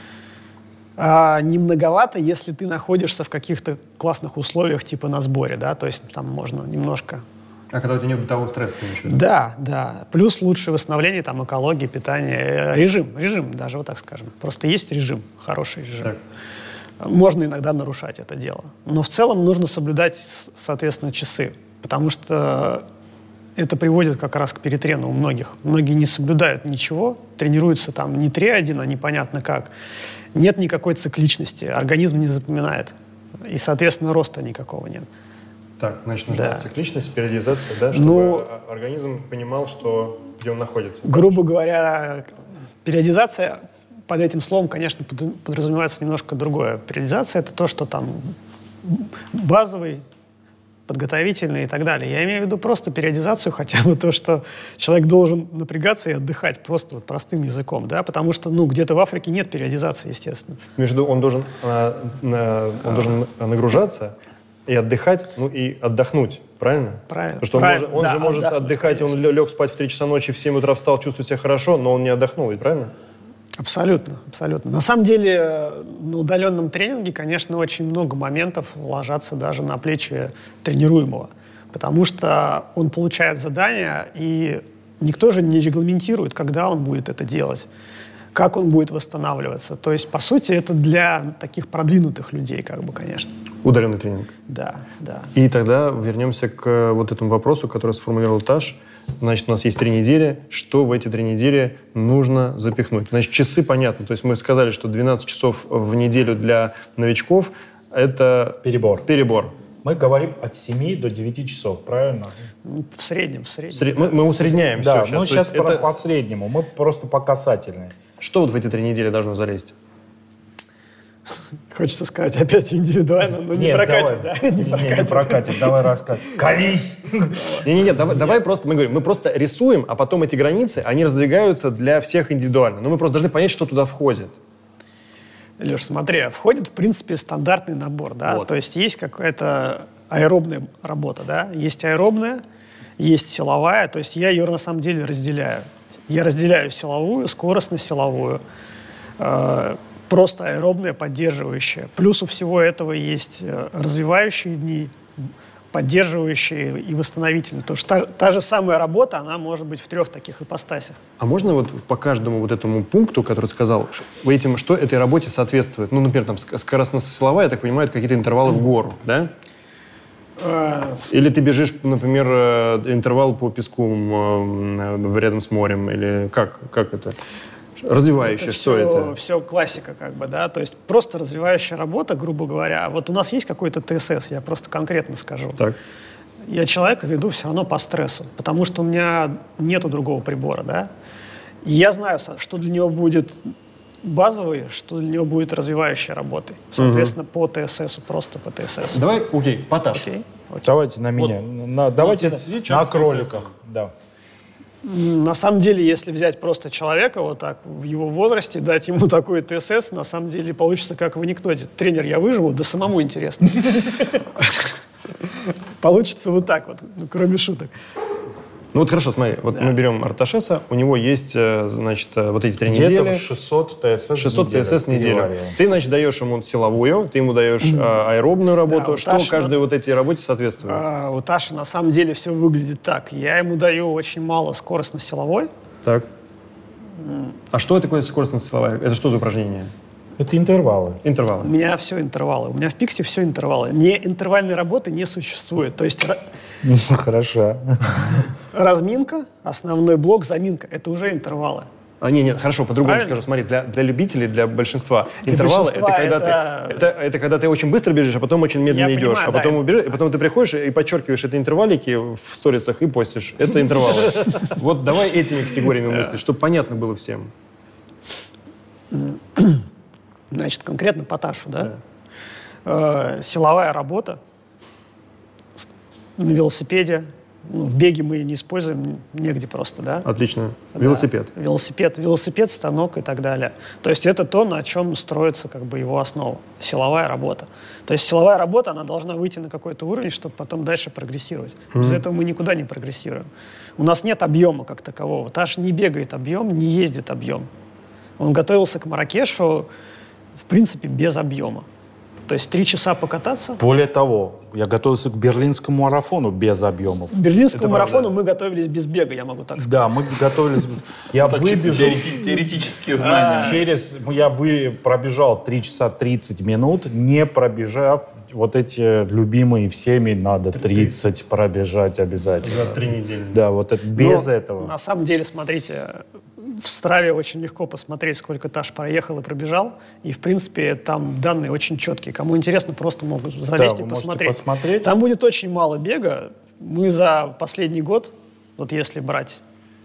S4: Не многовато, если ты находишься в каких-то классных условиях, типа на сборе, да, то есть там можно немножко...
S3: А когда у тебя нет бытового стресса, ты еще?
S4: Да. Плюс лучшее восстановление, там, экология, питание, режим, даже вот так скажем. Просто есть режим, хороший режим. Так. Можно иногда нарушать это дело. Но в целом нужно соблюдать, соответственно, часы, потому что это приводит как раз к перетрену у многих. Многие не соблюдают ничего, тренируются там не 3-1, а непонятно как. Нет никакой цикличности, организм не запоминает. И, соответственно, роста никакого нет.
S3: Так, значит, нужна цикличность, периодизация, да, чтобы организм понимал, где он находится.
S4: Грубо говоря, периодизация, под этим словом, конечно, подразумевается немножко другое. Периодизация — это то, что там базовый, подготовительный и так далее. Я имею в виду просто периодизацию, хотя бы то, что человек должен напрягаться и отдыхать, просто вот простым языком, да, потому что, где-то в Африке нет периодизации, естественно.
S3: Между он должен нагружаться и отдыхать, и отдохнуть, правильно?
S4: Правильно.
S3: Потому что он же может отдыхать, он лег спать в 3 часа ночи, в 7 утра встал, чувствует себя хорошо, но он не отдохнул, ведь правильно?
S4: Абсолютно. На самом деле, на удаленном тренинге, конечно, очень много моментов ложатся даже на плечи тренируемого, потому что он получает задание, и никто же не регламентирует, когда он будет это делать, как он будет восстанавливаться. То есть, по сути, это для таких продвинутых людей, конечно.
S3: Удаленный тренинг.
S4: Да.
S3: И тогда вернемся к вот этому вопросу, который сформулировал Таш. Значит, у нас есть 3 недели. Что в эти 3 недели нужно запихнуть? Значит, часы понятно. То есть мы сказали, что 12 часов в неделю для новичков – это… Перебор.
S1: Мы говорим от 7 до 9 часов, правильно?
S4: В среднем.
S3: Мы усредняем
S1: все.
S3: Да,
S1: мы сейчас по среднему. Мы просто по касательной.
S3: Что вот в эти 3 недели должно залезть?
S4: Хочется сказать опять индивидуально, но не прокатит, да?
S1: Не прокатит, давай рассказывай. Колись!
S3: Нет, давай просто, мы просто рисуем, а потом эти границы, они раздвигаются для всех индивидуально. Но мы просто должны понять, что туда входит.
S4: Леш, смотри, входит, в принципе, стандартный набор, да? Вот. То есть есть какая-то аэробная работа, да? Есть аэробная, есть силовая, то есть я ее на самом деле разделяю. Я разделяю силовую, скоростно-силовую, просто аэробная, поддерживающая. Плюс у всего этого есть развивающие дни, поддерживающие и восстановительные. Потому что та же самая работа, она может быть в 3 таких ипостасях.
S3: А можно вот по каждому вот этому пункту, который сказал, что этой работе соответствует? Ну, например, там скоростно-силовая, я так понимаю, какие-то интервалы в гору, да? Или ты бежишь, например, интервал по песку рядом с морем, или как это? Развивающая, что это?
S4: Все классика, как бы, да, то есть просто развивающая работа, грубо говоря. Вот у нас есть какой-то ТСС, я просто конкретно скажу.
S3: Так.
S4: Я человека веду все равно по стрессу, потому что у меня нету другого прибора, да. И я знаю, что для него будет базовый, что для него будет развивающая работа. Соответственно, по ТССу, просто по ТССу.
S3: Давай, Поташ.
S4: Окей.
S1: Давайте на меня. Давайте на кроликах. Да.
S4: На самом деле, если взять просто человека вот так в его возрасте, дать ему такой ТСС, на самом деле получится как в анекдоте. Тренер, я выживу, да самому интересно. Получится вот так вот, кроме шуток.
S3: Ну вот хорошо, смотри, вот мы берем Арташеса, у него есть, значит, вот эти 3 недели.
S1: Где-то 600 ТСС
S3: 600 ТСС в неделю. Ты, значит, даешь ему силовую, ты ему даешь аэробную работу. Да, что каждой вот этой работе соответствует?
S4: У Таши на самом деле все выглядит так. Я ему даю очень мало скоростно-силовой.
S3: Так. А что такое скоростно-силовая? Это что за упражнение?
S1: Это интервалы.
S3: Интервалы.
S4: У меня все интервалы. У меня в Пиксе все интервалы. Интервальной работы не существует. То есть...
S1: Хорошо.
S4: Разминка, основной блок, заминка. Это уже интервалы.
S3: Нет, хорошо, по-другому скажу. Смотри, для любителей, для большинства интервалы это когда ты очень быстро бежишь, а потом очень медленно идешь. А потом убежишь, и потом ты приходишь и подчеркиваешь это интервалики в сторисах и постишь. Это интервалы. Вот давай этими категориями мыслить, чтобы понятно было всем.
S4: Значит, конкретно по Ташу, да? Силовая работа на велосипеде. В беге мы ее не используем, негде просто, да?
S3: Отлично. Велосипед.
S4: Да. Велосипед, станок и так далее. То есть это то, на чем строится как бы его основа. Силовая работа. То есть силовая работа, она должна выйти на какой-то уровень, чтобы потом дальше прогрессировать. Без этого мы никуда не прогрессируем. У нас нет объема как такового. Таш не бегает объем, не ездит объем. Он готовился к Марракешу, в принципе, без объема. То есть 3 часа покататься.
S1: Более того, я готовился к берлинскому марафону без объемов.
S4: К берлинскому марафону мы готовились без бега, я могу так сказать.
S1: Да, мы готовились... Я выбежал...
S2: Теоретические знания.
S1: Я пробежал 3 часа 30 минут, не пробежав вот эти любимые всеми, надо 30 пробежать обязательно.
S3: За 3 недели.
S1: Да, вот это без этого.
S4: На самом деле, смотрите... В Страве очень легко посмотреть, сколько Таш проехал и пробежал. И, в принципе, там данные очень четкие. Кому интересно, просто могут залезть и посмотреть. Там будет очень мало бега. Мы за последний год, вот если брать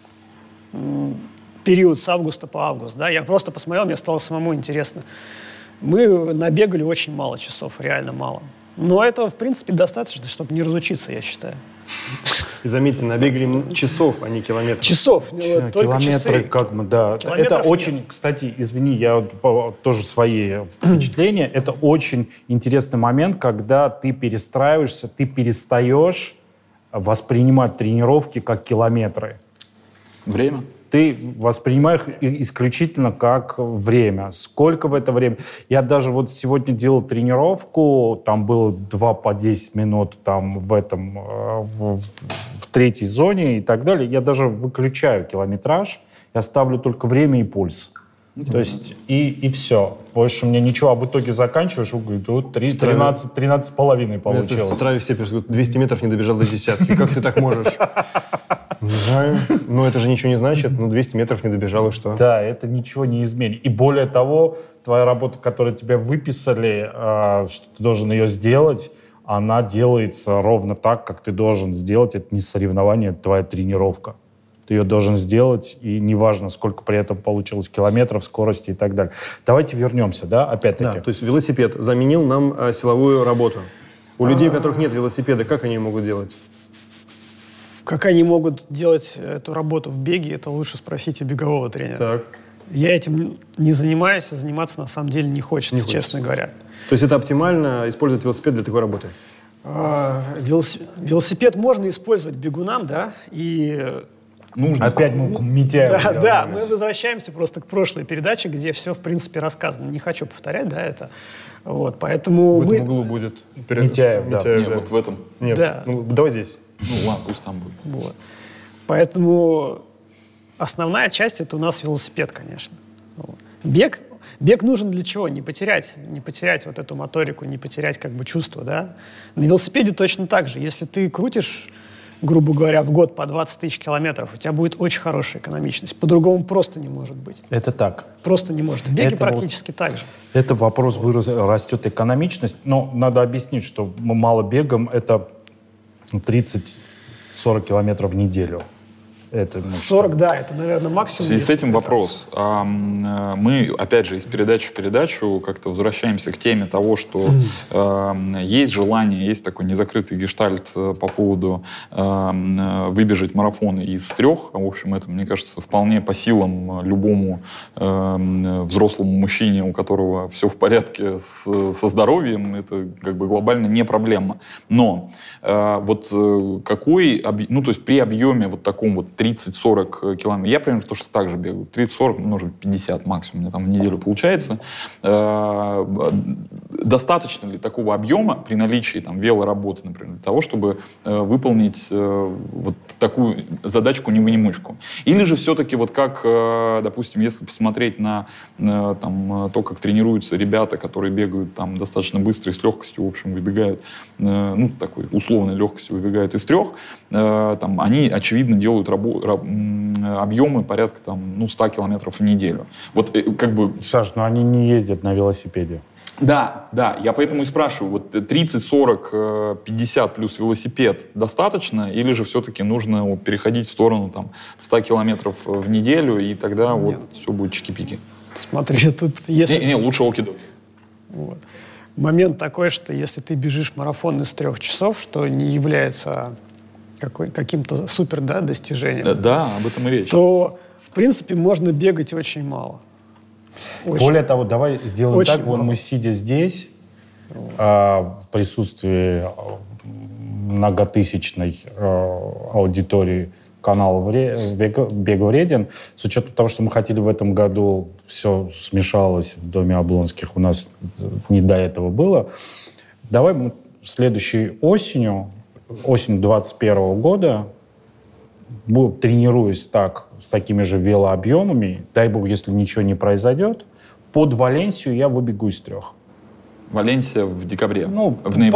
S4: период с августа по август, да, я просто посмотрел, мне стало самому интересно. Мы набегали очень мало часов, реально мало. Но этого, в принципе, достаточно, чтобы не разучиться, я считаю.
S3: И заметьте, набегали часов, а не километров.
S4: Часов, только
S1: километры,
S4: часы.
S1: Да. Это очень, кстати, извини, я тоже свои впечатления. Это очень интересный момент, когда ты перестраиваешься, ты перестаешь воспринимать тренировки как километры.
S2: Время?
S1: Ты воспринимаешь их исключительно как время. Сколько в это время? Я даже вот сегодня делал тренировку, там было 2 по 10 минут там в этом, в 3-й зоне и так далее. Я даже выключаю километраж, я ставлю только время и пульс. То есть и все. Больше мне ничего. А в итоге заканчиваешь, говорит, вот 13,5 получилось.
S3: В Страве все пишут, 200 метров не добежал до десятки. Как ты так можешь? Не знаю. Но это же ничего не значит. 200 метров не добежал, и что?
S1: Да, это ничего не изменит. И более того, твоя работа, которую тебя выписали, что ты должен ее сделать, она делается ровно так, как ты должен сделать. Это не соревнование, это твоя тренировка. Ты ее должен сделать, и неважно, сколько при этом получилось километров, скорости и так далее. Давайте вернемся, да, опять-таки.
S3: Да, то есть велосипед заменил нам силовую работу. У людей, у которых нет велосипеда, как они могут делать?
S4: Как они могут делать эту работу в беге, это лучше спросите бегового тренера.
S3: Так.
S4: Я этим не занимаюсь, а заниматься на самом деле не хочется, честно говоря.
S3: То есть это оптимально использовать велосипед для такой работы?
S4: Велосипед можно использовать бегунам, да, и
S2: нужно.
S1: Опять мы Митяева.
S4: Да, мы возвращаемся просто к прошлой передаче, где все, в принципе, рассказано. Не хочу повторять, да, это. Вот, поэтому
S3: в этом углу будет
S1: Митяев, да.
S2: Нет, вот в этом.
S3: Нет,
S4: да.
S3: Давай здесь.
S2: Ладно, пусть там будет.
S4: Вот. Поэтому основная часть — это у нас велосипед, конечно. Вот. Бег нужен для чего? Не потерять вот эту моторику, не потерять как бы чувство, да. На велосипеде точно так же. Если ты крутишь, грубо говоря, в год по 20 тысяч километров, у тебя будет очень хорошая экономичность. По-другому просто не может быть.
S1: Это так.
S4: Просто не может. В беге
S1: это
S4: практически так же.
S1: Это вопрос, растет экономичность, но надо объяснить, что мы мало бегаем, это 30-40 километров в неделю. Это,
S4: 40, да, это, наверное, максимум.
S2: В связи с этим вопрос. Мы, опять же, из передачи в передачу как-то возвращаемся к теме того, что есть желание, есть такой незакрытый гештальт по поводу выбежать марафон из 3. В общем, это, мне кажется, вполне по силам любому взрослому мужчине, у которого все в порядке со здоровьем. Это как бы глобально не проблема. Но вот какой, ну, то есть при объеме вот таком вот 30-40 километров. Я примерно то, что так же бегаю. 30-40, может, 50 максимум у меня там в неделю получается. Достаточно ли такого объема при наличии там велоработы, например, для того, чтобы выполнить вот такую задачку-невынимучку? Или же все-таки вот как, допустим, если посмотреть на там, то, как тренируются ребята, которые бегают там достаточно быстро и с легкостью, в общем, выбегают, ну, такой условной легкостью выбегают из 3, там, они, очевидно, делают объемы порядка там, ну, 100 километров в неделю. Вот как бы...
S1: Саш, но они не ездят на велосипеде.
S2: Да, я поэтому и спрашиваю, вот 30, 40, 50 плюс велосипед достаточно, или же все-таки нужно переходить в сторону там 100 километров в неделю, и тогда вот все будет чики-пики?
S4: Смотри, тут если...
S2: Не, лучше оки-доки.
S4: Вот. Момент такой, что если ты бежишь марафон из 3 часов, что не является каким-то супер, да, достижением,
S2: да, об этом и речь,
S4: то, в принципе, можно бегать очень мало.
S1: Более того, давай сделаем
S4: очень
S1: так, вот мы сидя здесь, в присутствии многотысячной аудитории канала «Бега вреден», с учетом того, что мы хотели в этом году, все смешалось в доме Облонских, у нас не до этого было, давай мы следующей осенью 2021 года, тренируясь так, с такими же велообъемами, дай бог, если ничего не произойдет, под Валенсию я выбегу из 3.
S2: Валенсия в декабре?
S1: Ну,
S2: в ноябре.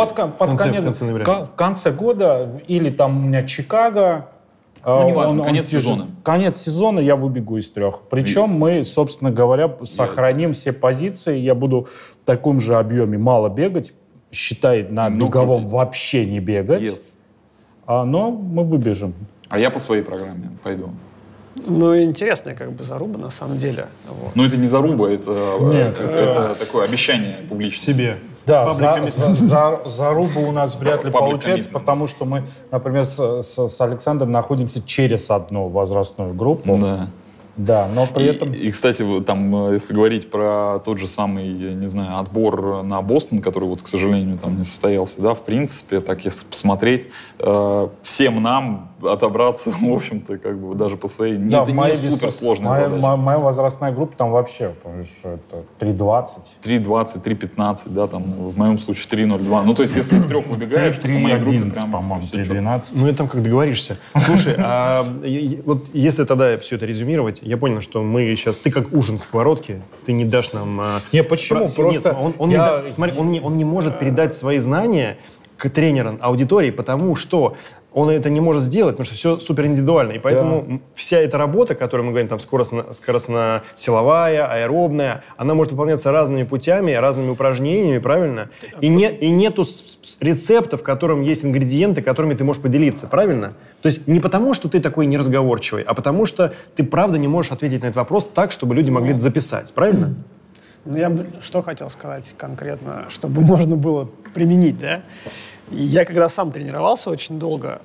S1: В конце года, или там у меня Чикаго.
S2: Ну, неважно, конец сезона.
S1: Конец сезона я выбегу из 3. Причем мы, собственно говоря, сохраним все позиции. Я буду в таком же объеме мало бегать, считай, на беговом вообще не бегать. Но мы выбежим.
S2: А я по своей программе пойду.
S4: Ну, интересная как бы заруба, на самом деле. Вот.
S2: Ну, это не заруба, это такое обещание публичное.
S3: Себе.
S1: Да, заруба у нас вряд ли получается, потому что мы, например, с Александром находимся через одну возрастную группу. Да, но при этом...
S2: И, кстати, там, если говорить про тот же самый, я не знаю, отбор на Бостон, который, вот, к сожалению, там не состоялся, да, в принципе, так, если посмотреть, всем нам отобраться, в общем-то, как бы даже по своей... Да, это не суперсложная задача.
S1: Моя возрастная группа там вообще, помнишь, это 3.20.
S2: 3.20, 3.15, да, там, в моем случае 3.02. Ну, то есть, если из 3 выбегаешь, то по моей группе прям...
S1: по-моему, 3.12.
S3: Ну, это там как договоришься. Слушай, вот если тогда все это резюмировать, я понял, что мы сейчас... Ты как ужин сковородки, ты не дашь нам...
S1: Не, почему? Просто...
S3: Он не может передать свои знания к тренерам аудитории, потому что он это не может сделать, потому что все супер индивидуально. И поэтому вся эта работа, которую мы говорим, там, скоростно-силовая, аэробная, она может выполняться разными путями, разными упражнениями, правильно? И нету рецептов, в котором есть ингредиенты, которыми ты можешь поделиться, правильно? То есть не потому, что ты такой неразговорчивый, а потому что ты, правда, не можешь ответить на этот вопрос так, чтобы люди могли это записать, правильно?
S4: Ну, я бы что хотел сказать конкретно, чтобы можно было применить, да? Я когда сам тренировался очень долго,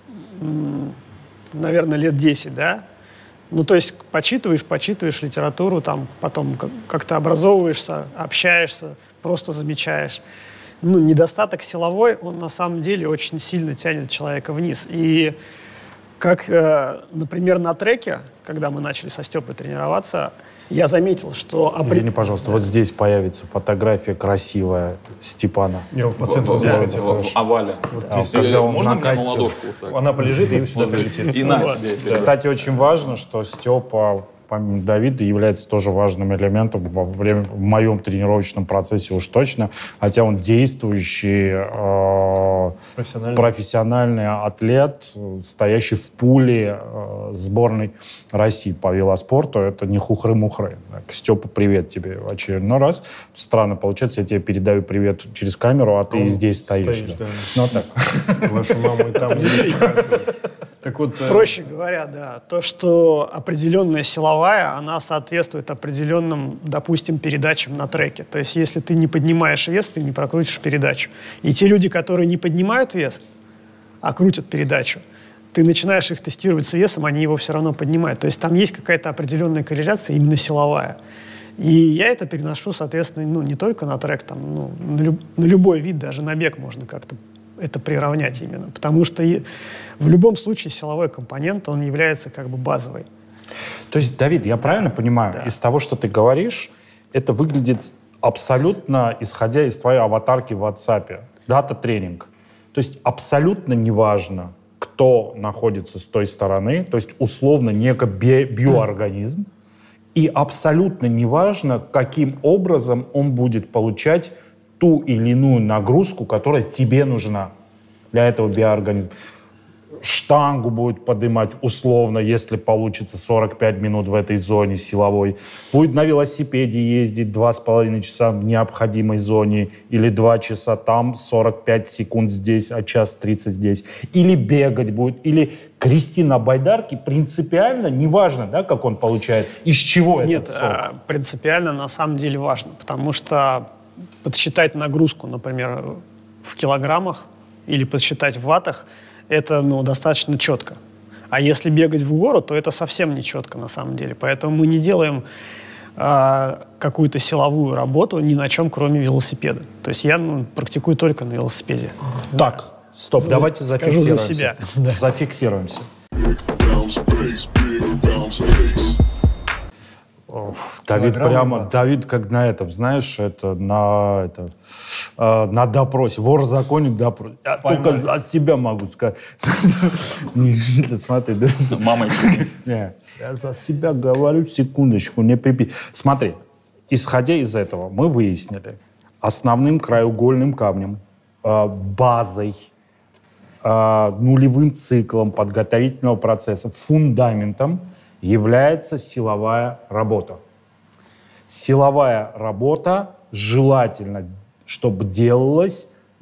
S4: наверное, лет 10, да? Ну, то есть почитываешь литературу, там, потом как-то образовываешься, общаешься, просто замечаешь. Ну, недостаток силовой, он на самом деле очень сильно тянет человека вниз. И Как, например, на треке, когда мы начали со Степой тренироваться, я заметил, что...
S1: Извини, пожалуйста, вот здесь появится фотография красивая Степана.
S3: Я по центру
S2: в овале.
S1: Можно мне на ладошку?
S3: Она полежит и сюда полетит.
S2: И на тебе.
S1: Кстати, очень важно, что Степа, помимо Давида, является тоже важным элементом в моем тренировочном процессе уж точно, хотя он действующий профессиональный атлет, стоящий в пуле сборной России по велоспорту. Это не хухры-мухры. Степа, привет тебе в очередной раз. Странно получается, я тебе передаю привет через камеру, а ты здесь стоишь. Да. Ну так.
S3: Вашу маму и там. Так вот,
S4: проще говоря, да, то, что определенная силовая, она соответствует определенным, допустим, передачам на треке. То есть, если ты не поднимаешь вес, ты не прокрутишь передачу. И те люди, которые не поднимают вес, а крутят передачу, ты начинаешь их тестировать с весом, они его все равно поднимают. То есть, там есть какая-то определенная корреляция, именно силовая. И я это переношу, соответственно, не только на трек, там, на любой вид, даже на бег можно как-то это приравнять именно. Потому что в любом случае силовой компонент, он является как бы базовой.
S1: То есть, Давид, я правильно понимаю,
S4: да.
S1: Из того, что ты говоришь, это выглядит абсолютно, исходя из твоей аватарки в WhatsApp, дата-тренинг. То есть абсолютно неважно, кто находится с той стороны, то есть условно некий биоорганизм, и абсолютно неважно, каким образом он будет получать ту или иную нагрузку, которая тебе нужна для этого биоорганизма. Штангу будет поднимать условно, если получится 45 минут в этой зоне силовой. Будет на велосипеде ездить 2,5 часа в необходимой зоне, или 2 часа там, 45 секунд здесь, а час 30 здесь. Или бегать будет, или грести на байдарке. Принципиально неважно, да, как он получает, из чего этот сок.
S4: Нет, принципиально на самом деле важно, потому что подсчитать нагрузку, например, в килограммах или подсчитать в ваттах, это достаточно четко. А если бегать в гору, то это совсем не четко на самом деле. Поэтому мы не делаем какую-то силовую работу ни на чем, кроме велосипеда. То есть я практикую только на велосипеде.
S1: Так, стоп, давайте зафиксируемся.
S4: За себя.
S1: Зафиксируемся. Давид прямо, Давид как на этом, знаешь, на допросе. Вор-законник допрос. Я только от себя могу сказать. Смотри.
S2: Мама
S1: я за себя говорю, секундочку, не припи. Смотри, исходя из этого, мы выяснили, основным краеугольным камнем, базой, нулевым циклом подготовительного процесса, фундаментом является силовая работа. Силовая работа желательно, чтобы делалась,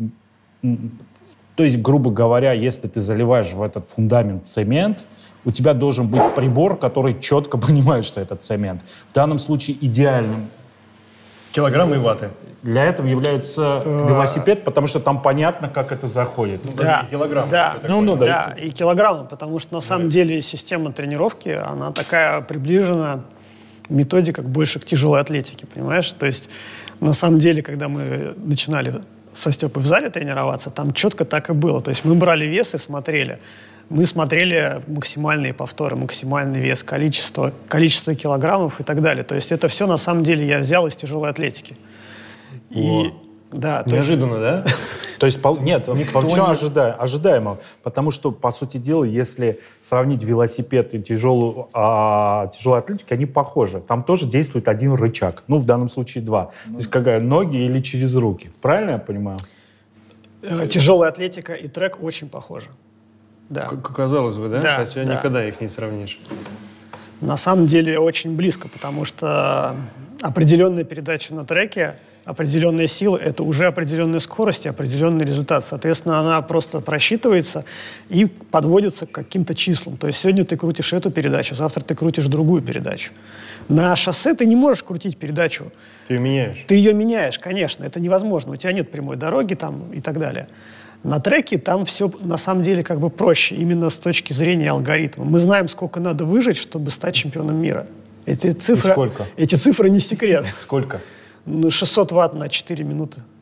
S1: то есть, грубо говоря, если ты заливаешь в этот фундамент цемент, у тебя должен быть прибор, который четко понимает, что это цемент. В данном случае идеальным
S3: килограммы и ватты.
S1: Для этого является велосипед, потому что там понятно, как это заходит.
S4: Да,
S3: килограммы.
S4: Да, да, и килограммы, потому что на самом деле система тренировки, она такая приближена, методика больше к тяжелой атлетике, понимаешь? То есть на самом деле, когда мы начинали со Степой в зале тренироваться, там четко так и было. То есть мы брали вес и смотрели. Мы смотрели максимальные повторы, максимальный вес, количество килограммов и так далее. То есть это все на самом деле я взял из тяжелой атлетики. И, да,
S3: неожиданно, да?
S1: То есть, нет, почему ожидаемо? Потому что, по сути дела, если сравнить велосипед и тяжелую атлетику, они похожи. Там тоже действует один рычаг. В данном случае два. То есть, ноги или через руки. Правильно я понимаю?
S4: Тяжелая атлетика и трек очень похожи. Да.
S3: Казалось бы, да?
S4: Да,
S3: хотя никогда их не сравнишь.
S4: На самом деле очень близко, потому что определенная передача на треке, определенная сила — это уже определенная скорость и определенный результат. Соответственно, она просто просчитывается и подводится к каким-то числам. То есть сегодня ты крутишь эту передачу, завтра ты крутишь другую передачу. На шоссе ты не можешь крутить передачу.
S3: Ты ее меняешь?
S4: Ты ее меняешь, конечно. Это невозможно. У тебя нет прямой дороги там и так далее. На треке там все на самом деле как бы проще, именно с точки зрения алгоритма. Мы знаем, сколько надо выжать, чтобы стать чемпионом мира. Эти цифры не секрет.
S1: Сколько?
S4: 600 ватт на 4 минуты.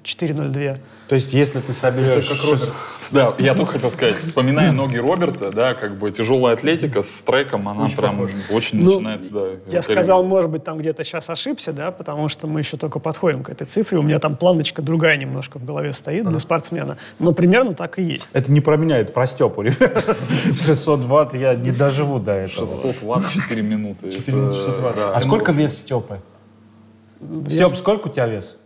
S4: 4.02.
S1: То есть, если ты соберешь...
S3: Как Роберт.
S2: Да, я только хотел сказать, вспоминая ноги Роберта, да, как бы тяжелая атлетика с треком, она очень прям очень начинает... Да,
S4: я сказал, может быть, там где-то сейчас ошибся, да, потому что мы еще только подходим к этой цифре. У меня там планочка другая немножко в голове стоит для спортсмена. Но примерно так и есть.
S1: Это не про меня, это про Степу, ребят. 600 ватт я не доживу до этого.
S2: 600 ватт 4 минуты.
S3: 600 ватт.
S1: А сколько вес Степы? Степ, сколько у тебя вес?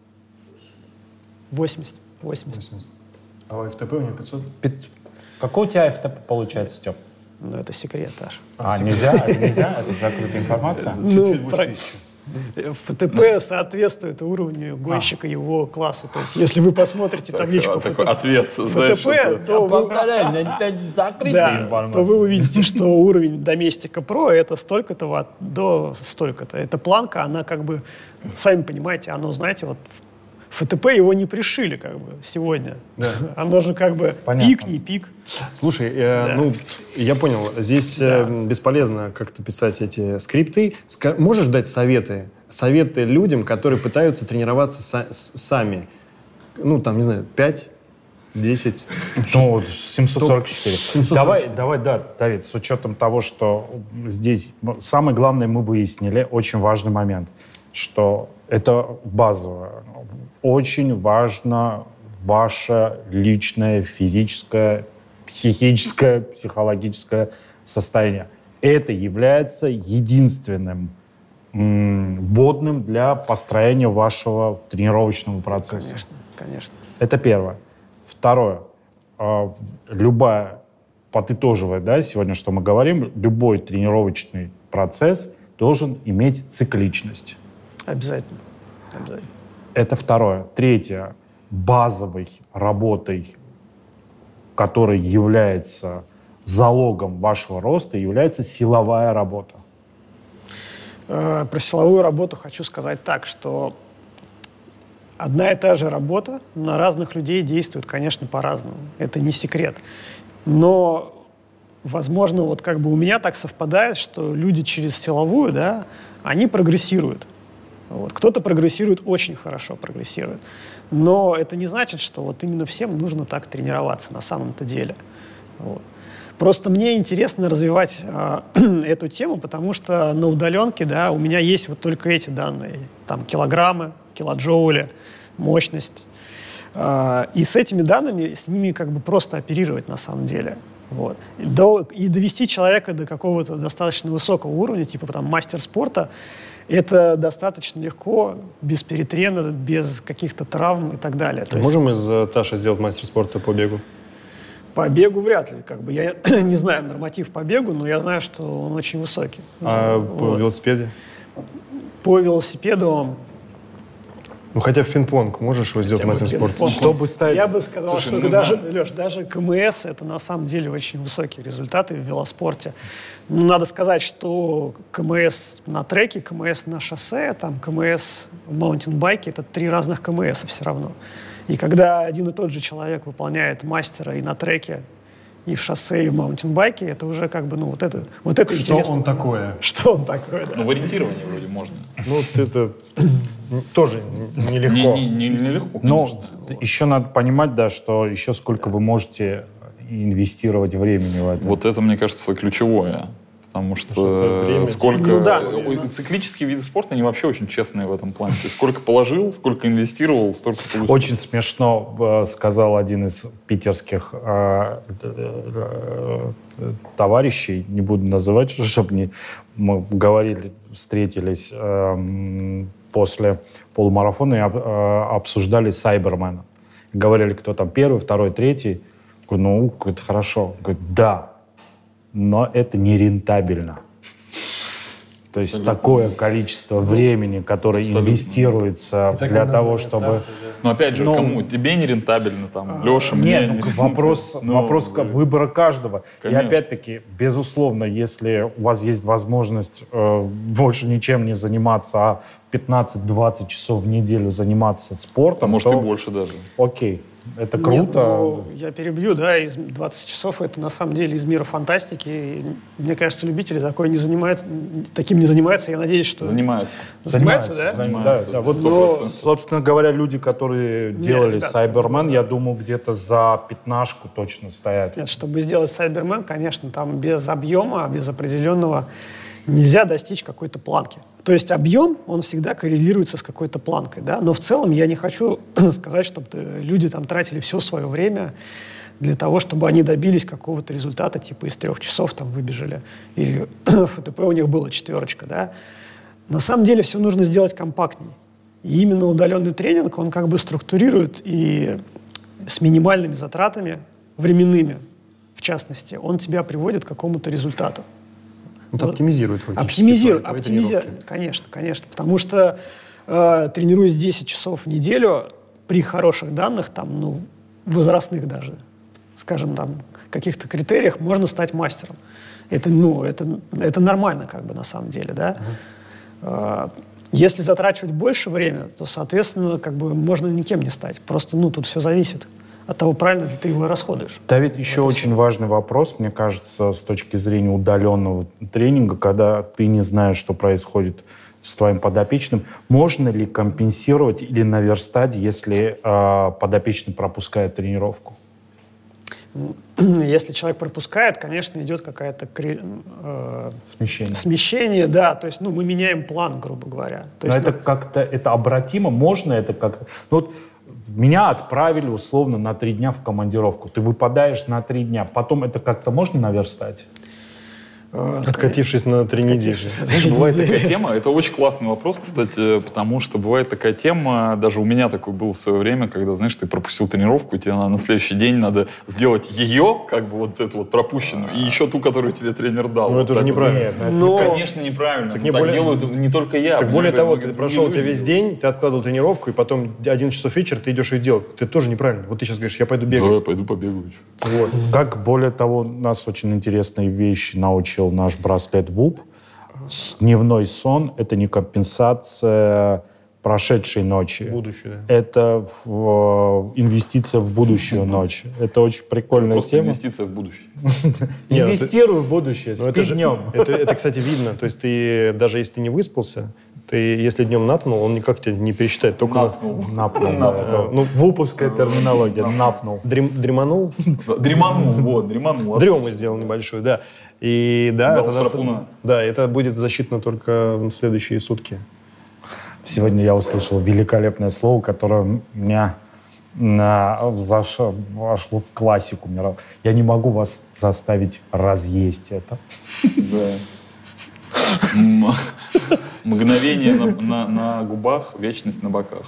S4: 80.
S3: А в ФТП у него 500?
S1: Какой у тебя ФТП получается, Степ?
S4: Ну, это секрет, Аш.
S1: Нельзя? Это нельзя? Это закрытая информация?
S3: Чуть-чуть больше 1000.
S4: ФТП соответствует уровню гонщика его классу. То есть, если вы посмотрите табличку
S2: Такой ответ, знаешь,
S4: ФТП, то
S1: это закрытая информация.
S4: то вы увидите, что уровень Domestika Pro это столько-то ватт до столько-то. Эта планка, она как бы, сами понимаете, оно, знаете, вот ФТП его не пришили как бы сегодня. Да. Оно же как бы пик, не пик.
S3: Слушай, ну, я понял, здесь бесполезно как-то писать эти скрипты. Можешь дать советы? Советы людям, которые пытаются тренироваться сами? Ну, там, не знаю, 5, 10...
S1: Ну, вот 744. Давай, да, Давид, с учетом того, что здесь самое главное мы выяснили, очень важный момент, что это базовое. Очень важно ваше личное физическое, психическое, психологическое состояние. Это является единственным вводным для построения вашего тренировочного процесса.
S4: Конечно, конечно.
S1: Это первое. Второе. Подытоживая, да, сегодня, что мы говорим, любой тренировочный процесс должен иметь цикличность.
S4: Обязательно. Обязательно.
S1: Это второе. Третье. Базовой работой, которая является залогом вашего роста, является силовая работа.
S4: Про силовую работу хочу сказать так, что одна и та же работа на разных людей действует, конечно, по-разному. Это не секрет. Но, возможно, вот как бы у меня так совпадает, что люди через силовую, да, они прогрессируют. Вот. Кто-то прогрессирует, очень хорошо прогрессирует. Но это не значит, что вот именно всем нужно так тренироваться на самом-то деле. Вот. Просто мне интересно развивать эту тему, потому что на удаленке, да, у меня есть вот только эти данные. Там килограммы, килоджоули, мощность. И с этими данными, с ними как бы просто оперировать на самом деле. Вот. И довести человека до какого-то достаточно высокого уровня, типа там мастер спорта, это достаточно легко, без перетрена, без каких-то травм и так далее.
S3: Можем из Таши сделать мастер спорта по бегу?
S4: По бегу вряд ли. Как бы. Я не знаю норматив по бегу, но я знаю, что он очень высокий.
S3: А по велосипеде?
S4: По велосипеду...
S3: Ну, хотя в пинг-понг можешь его сделать мастером спорта?
S1: Чтобы стать...
S4: Я бы сказал, что даже, Леш, даже КМС — это на самом деле очень высокие результаты в велоспорте. Ну, надо сказать, что КМС на треке, КМС на шоссе, там КМС в маунтинбайке — это 3 разных КМС все равно. И когда один и тот же человек выполняет мастера и на треке, и в шоссе, и в маунтинбайке, это уже как бы, ну, вот это
S3: что
S4: интересно.
S3: Что он такое?
S4: Что он такое, да.
S2: Ну, в ориентировании вроде можно.
S3: Ну, это тоже нелегко.
S2: Нелегко,
S1: но еще надо понимать, да, что еще сколько вы можете инвестировать времени в это.
S2: Вот это, мне кажется, ключевое. Потому что сколько... Циклические виды спорта, они вообще очень честные в этом плане. То есть сколько положил, сколько инвестировал, столько получил.
S1: Очень смешно сказал один из питерских товарищей, не буду называть, чтобы мы говорили, встретились после полумарафона и обсуждали Сайбермена. Говорили, кто там первый, второй, третий. Говорю, ну, это хорошо. Говорит, да. Но это не рентабельно. То есть абсолютно. Такое количество времени, которое абсолютно. Инвестируется для того, чтобы...
S2: Но опять же, кому? Тебе не рентабельно, там, Леша, мне
S1: не вопрос выбора каждого. Конечно. И опять-таки, безусловно, если у вас есть возможность больше ничем не заниматься, а 15-20 часов в неделю заниматься спортом,
S2: а может и больше даже.
S1: Окей. Это круто.
S4: Нет, ну, я перебью, да, 20 часов это на самом деле из мира фантастики. И, мне кажется, любители таким не занимаются. Я надеюсь, что...
S2: Занимаются,
S4: да?
S1: Занимаются. А вот, собственно говоря, люди, которые делали Cyberman, я думаю, где-то за 15 точно стоят.
S4: Нет, чтобы сделать Cyberman, конечно, там без объема, без определенного нельзя достичь какой-то планки. То есть объем, он всегда коррелируется с какой-то планкой, да, но в целом я не хочу сказать, чтобы люди там тратили все свое время для того, чтобы они добились какого-то результата, типа из 3 часов там выбежали, или ФТП у них было 4, да. На самом деле все нужно сделать компактней. И именно удаленный тренинг, он как бы структурирует и с минимальными затратами, временными, в частности, он тебя приводит к какому-то результату.
S3: Это оптимизирует фактически.
S4: Оптимизирует, конечно. Потому что тренируясь 10 часов в неделю, при хороших данных, там, ну, возрастных даже, скажем, там, каких-то критериях, можно стать мастером. Это нормально, как бы, на самом деле, да. Если затрачивать больше времени, то, соответственно, как бы можно никем не стать. Просто, тут все зависит от того, правильно ли ты его расходуешь.
S1: Давид, еще очень важный вопрос, мне кажется, с точки зрения удаленного тренинга, когда ты не знаешь, что происходит с твоим подопечным. Можно ли компенсировать или наверстать, если подопечный пропускает тренировку?
S4: Если человек пропускает, конечно, идет какая-то смещение, да, то есть, мы меняем план, грубо говоря. То есть,
S1: это как-то, это обратимо, можно это как-то... Меня отправили условно на 3 дня в командировку. Ты выпадаешь на 3 дня. Потом это как-то можно наверстать?
S3: Откатившись на 3 недели.
S2: Знаешь, бывает такая тема, это очень классный вопрос, кстати, потому что бывает такая тема, даже у меня такой был в свое время, когда, знаешь, ты пропустил тренировку, и тебе на следующий день надо сделать ее, как бы вот эту вот пропущенную, и еще ту, которую тебе тренер дал.
S3: Ну, это же неправильно.
S2: Конечно, неправильно. Так делают не только я.
S3: Так более того, ты прошел тебя весь день, ты откладывал тренировку, и потом 11 часов вечера ты идешь ее делать. Это тоже неправильно. Вот ты сейчас говоришь, я пойду бегать.
S2: Да, я пойду побегаю.
S1: Вот. Как, более того, нас очень интересные вещи научил наш браслет ВУП. Дневной сон — это не компенсация прошедшей ночи.
S3: Будущее, да.
S1: Это инвестиция в будущую ночь. Это очень прикольная тема.
S2: Инвестиция в будущее.
S1: Инвестируй в будущее, спи днем.
S3: Это, кстати, видно. То есть ты, даже если ты не выспался, ты, если днем напнул, он никак тебя не пересчитает. Только
S1: напнул. Вуповская терминология. Напнул.
S3: Дреманул?
S2: Дреманул.
S3: Дрему сделал небольшую, да. И да, это будет засчитано только в следующие сутки.
S1: Сегодня я услышал великолепное слово, которое меня вошло в классику. Я не могу вас заставить разъесть это.
S2: Да. Мгновение на губах, вечность на боках.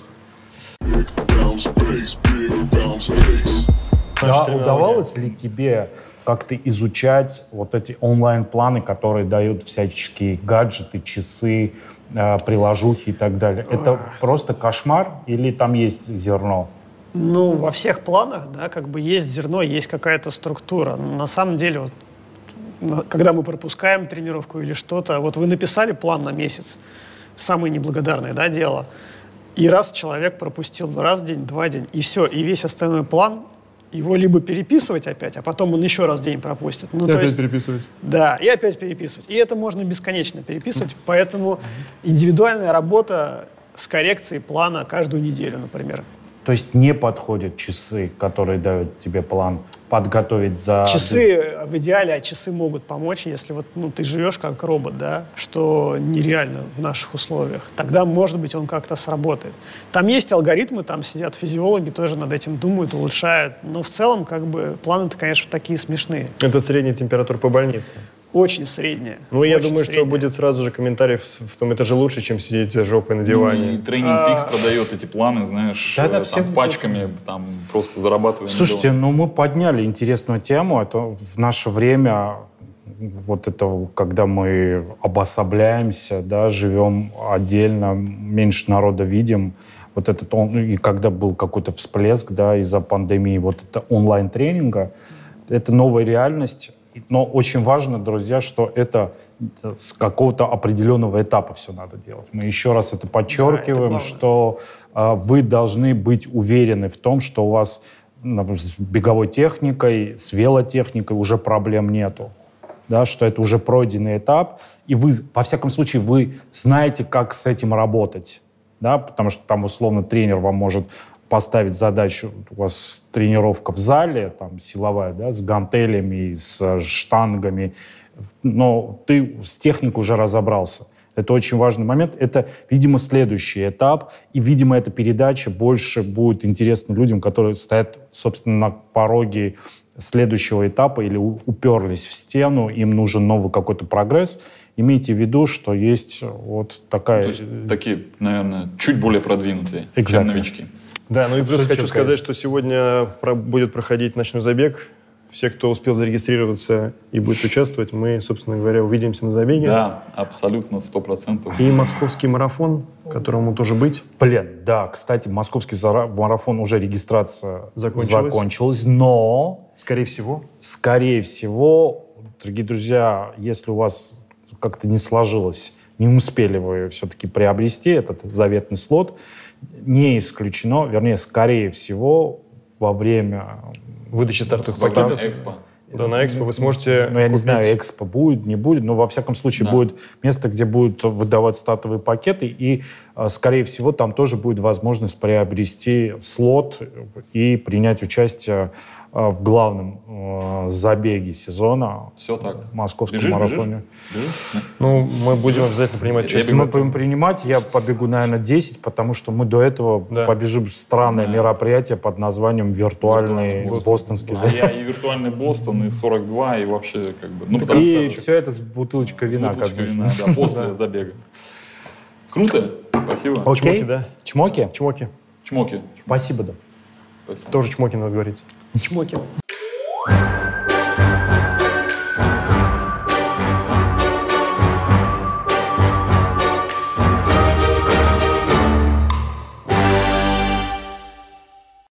S1: Да, удавалось ли тебе как-то изучать вот эти онлайн-планы, которые дают всяческие гаджеты, часы, приложухи и так далее? Это просто кошмар или там есть зерно?
S4: Во всех планах, да, как бы есть зерно, есть какая-то структура. На самом деле, когда мы пропускаем тренировку или что-то, вот вы написали план на месяц, самое неблагодарное, да, дело, и раз человек пропустил раз в день, 2 дня, и все, и весь остальной план, его либо переписывать опять, а потом он еще раз в день пропустит.
S3: И опять переписывать.
S4: Да, и опять переписывать. И это можно бесконечно переписывать, поэтому индивидуальная работа с коррекцией плана каждую неделю, например.
S1: То есть не подходят часы, которые дают тебе план подготовить за...
S4: Часы в идеале, часы могут помочь, если ты живешь как робот, да, что нереально в наших условиях. Тогда, может быть, он как-то сработает. Там есть алгоритмы, там сидят физиологи, тоже над этим думают, улучшают. Но в целом, как бы, планы-то, конечно, такие смешные.
S3: Это средняя температура по больнице.
S4: Очень средняя.
S3: Я думаю, что будет сразу же комментарий в том, это же лучше, чем сидеть жопой на диване.
S2: И Training Peaks продает эти планы, знаешь, там, пачками, там, просто зарабатывая.
S1: Слушайте, мы подняли интересную тему. Это в наше время, когда мы обособляемся, да, живем отдельно, меньше народа видим, и когда был какой-то всплеск, да, из-за пандемии, это онлайн-тренинга, это новая реальность. Но очень важно, друзья, что это с какого-то определенного этапа все надо делать. Мы еще раз это подчеркиваем, что вы должны быть уверены в том, что у вас с беговой техникой, с велотехникой уже проблем нету. Да, что это уже пройденный этап, и вы, во всяком случае, вы знаете, как с этим работать. Да, потому что там, условно, тренер вам может поставить задачу, у вас тренировка в зале, там, силовая, да, с гантелями, с штангами, но ты с техникой уже разобрался. Это очень важный момент. Это, видимо, следующий этап, и, видимо, эта передача больше будет интересна людям, которые стоят, собственно, на пороге следующего этапа или уперлись в стену, им нужен новый какой-то прогресс. Имейте в виду, что есть вот такая...
S2: То есть такие, наверное, чуть более продвинутые, чем новички.
S3: Да, ну и плюс хочу сказать, что сегодня будет проходить ночной забег. Все, кто успел зарегистрироваться и будет участвовать, мы, собственно говоря, увидимся на забеге.
S2: Да, абсолютно, 100%.
S3: И московский марафон, которому тоже быть.
S1: Блин, да, кстати, московский марафон уже регистрация закончилась, но...
S3: Скорее всего,
S1: дорогие друзья, если у вас как-то не сложилось, не успели вы все-таки приобрести этот заветный слот, не исключено, вернее, скорее всего, во время
S3: выдачи стартовых пакетов.
S2: Экспо.
S3: Да, на Экспо вы сможете
S1: я не знаю, Экспо будет, не будет, но во всяком случае будет место, где будут выдавать стартовые пакеты, и, скорее всего, там тоже будет возможность приобрести слот и принять участие в главном забеге сезона.
S2: Все так.
S1: В московском марафоне.
S2: Бежишь?
S3: Ну, мы будем обязательно принимать участие.
S1: Если мы будем принимать, я побегу, наверное, 10, потому что мы до этого побежим в странное мероприятие под названием «Виртуальный бостонский забег».
S2: Я и виртуальный Бостон, и 42, и вообще как бы... Ну,
S1: и все это с бутылочкой вина.
S2: С бутылочкой вина, да, после забега. Круто, спасибо.
S1: Окей.
S3: Чмоки, да?
S1: Чмоки?
S3: Чмоки.
S2: Чмоки.
S1: Спасибо, да.
S2: Спасибо.
S3: Тоже чмоки надо говорить.
S4: Чмоки.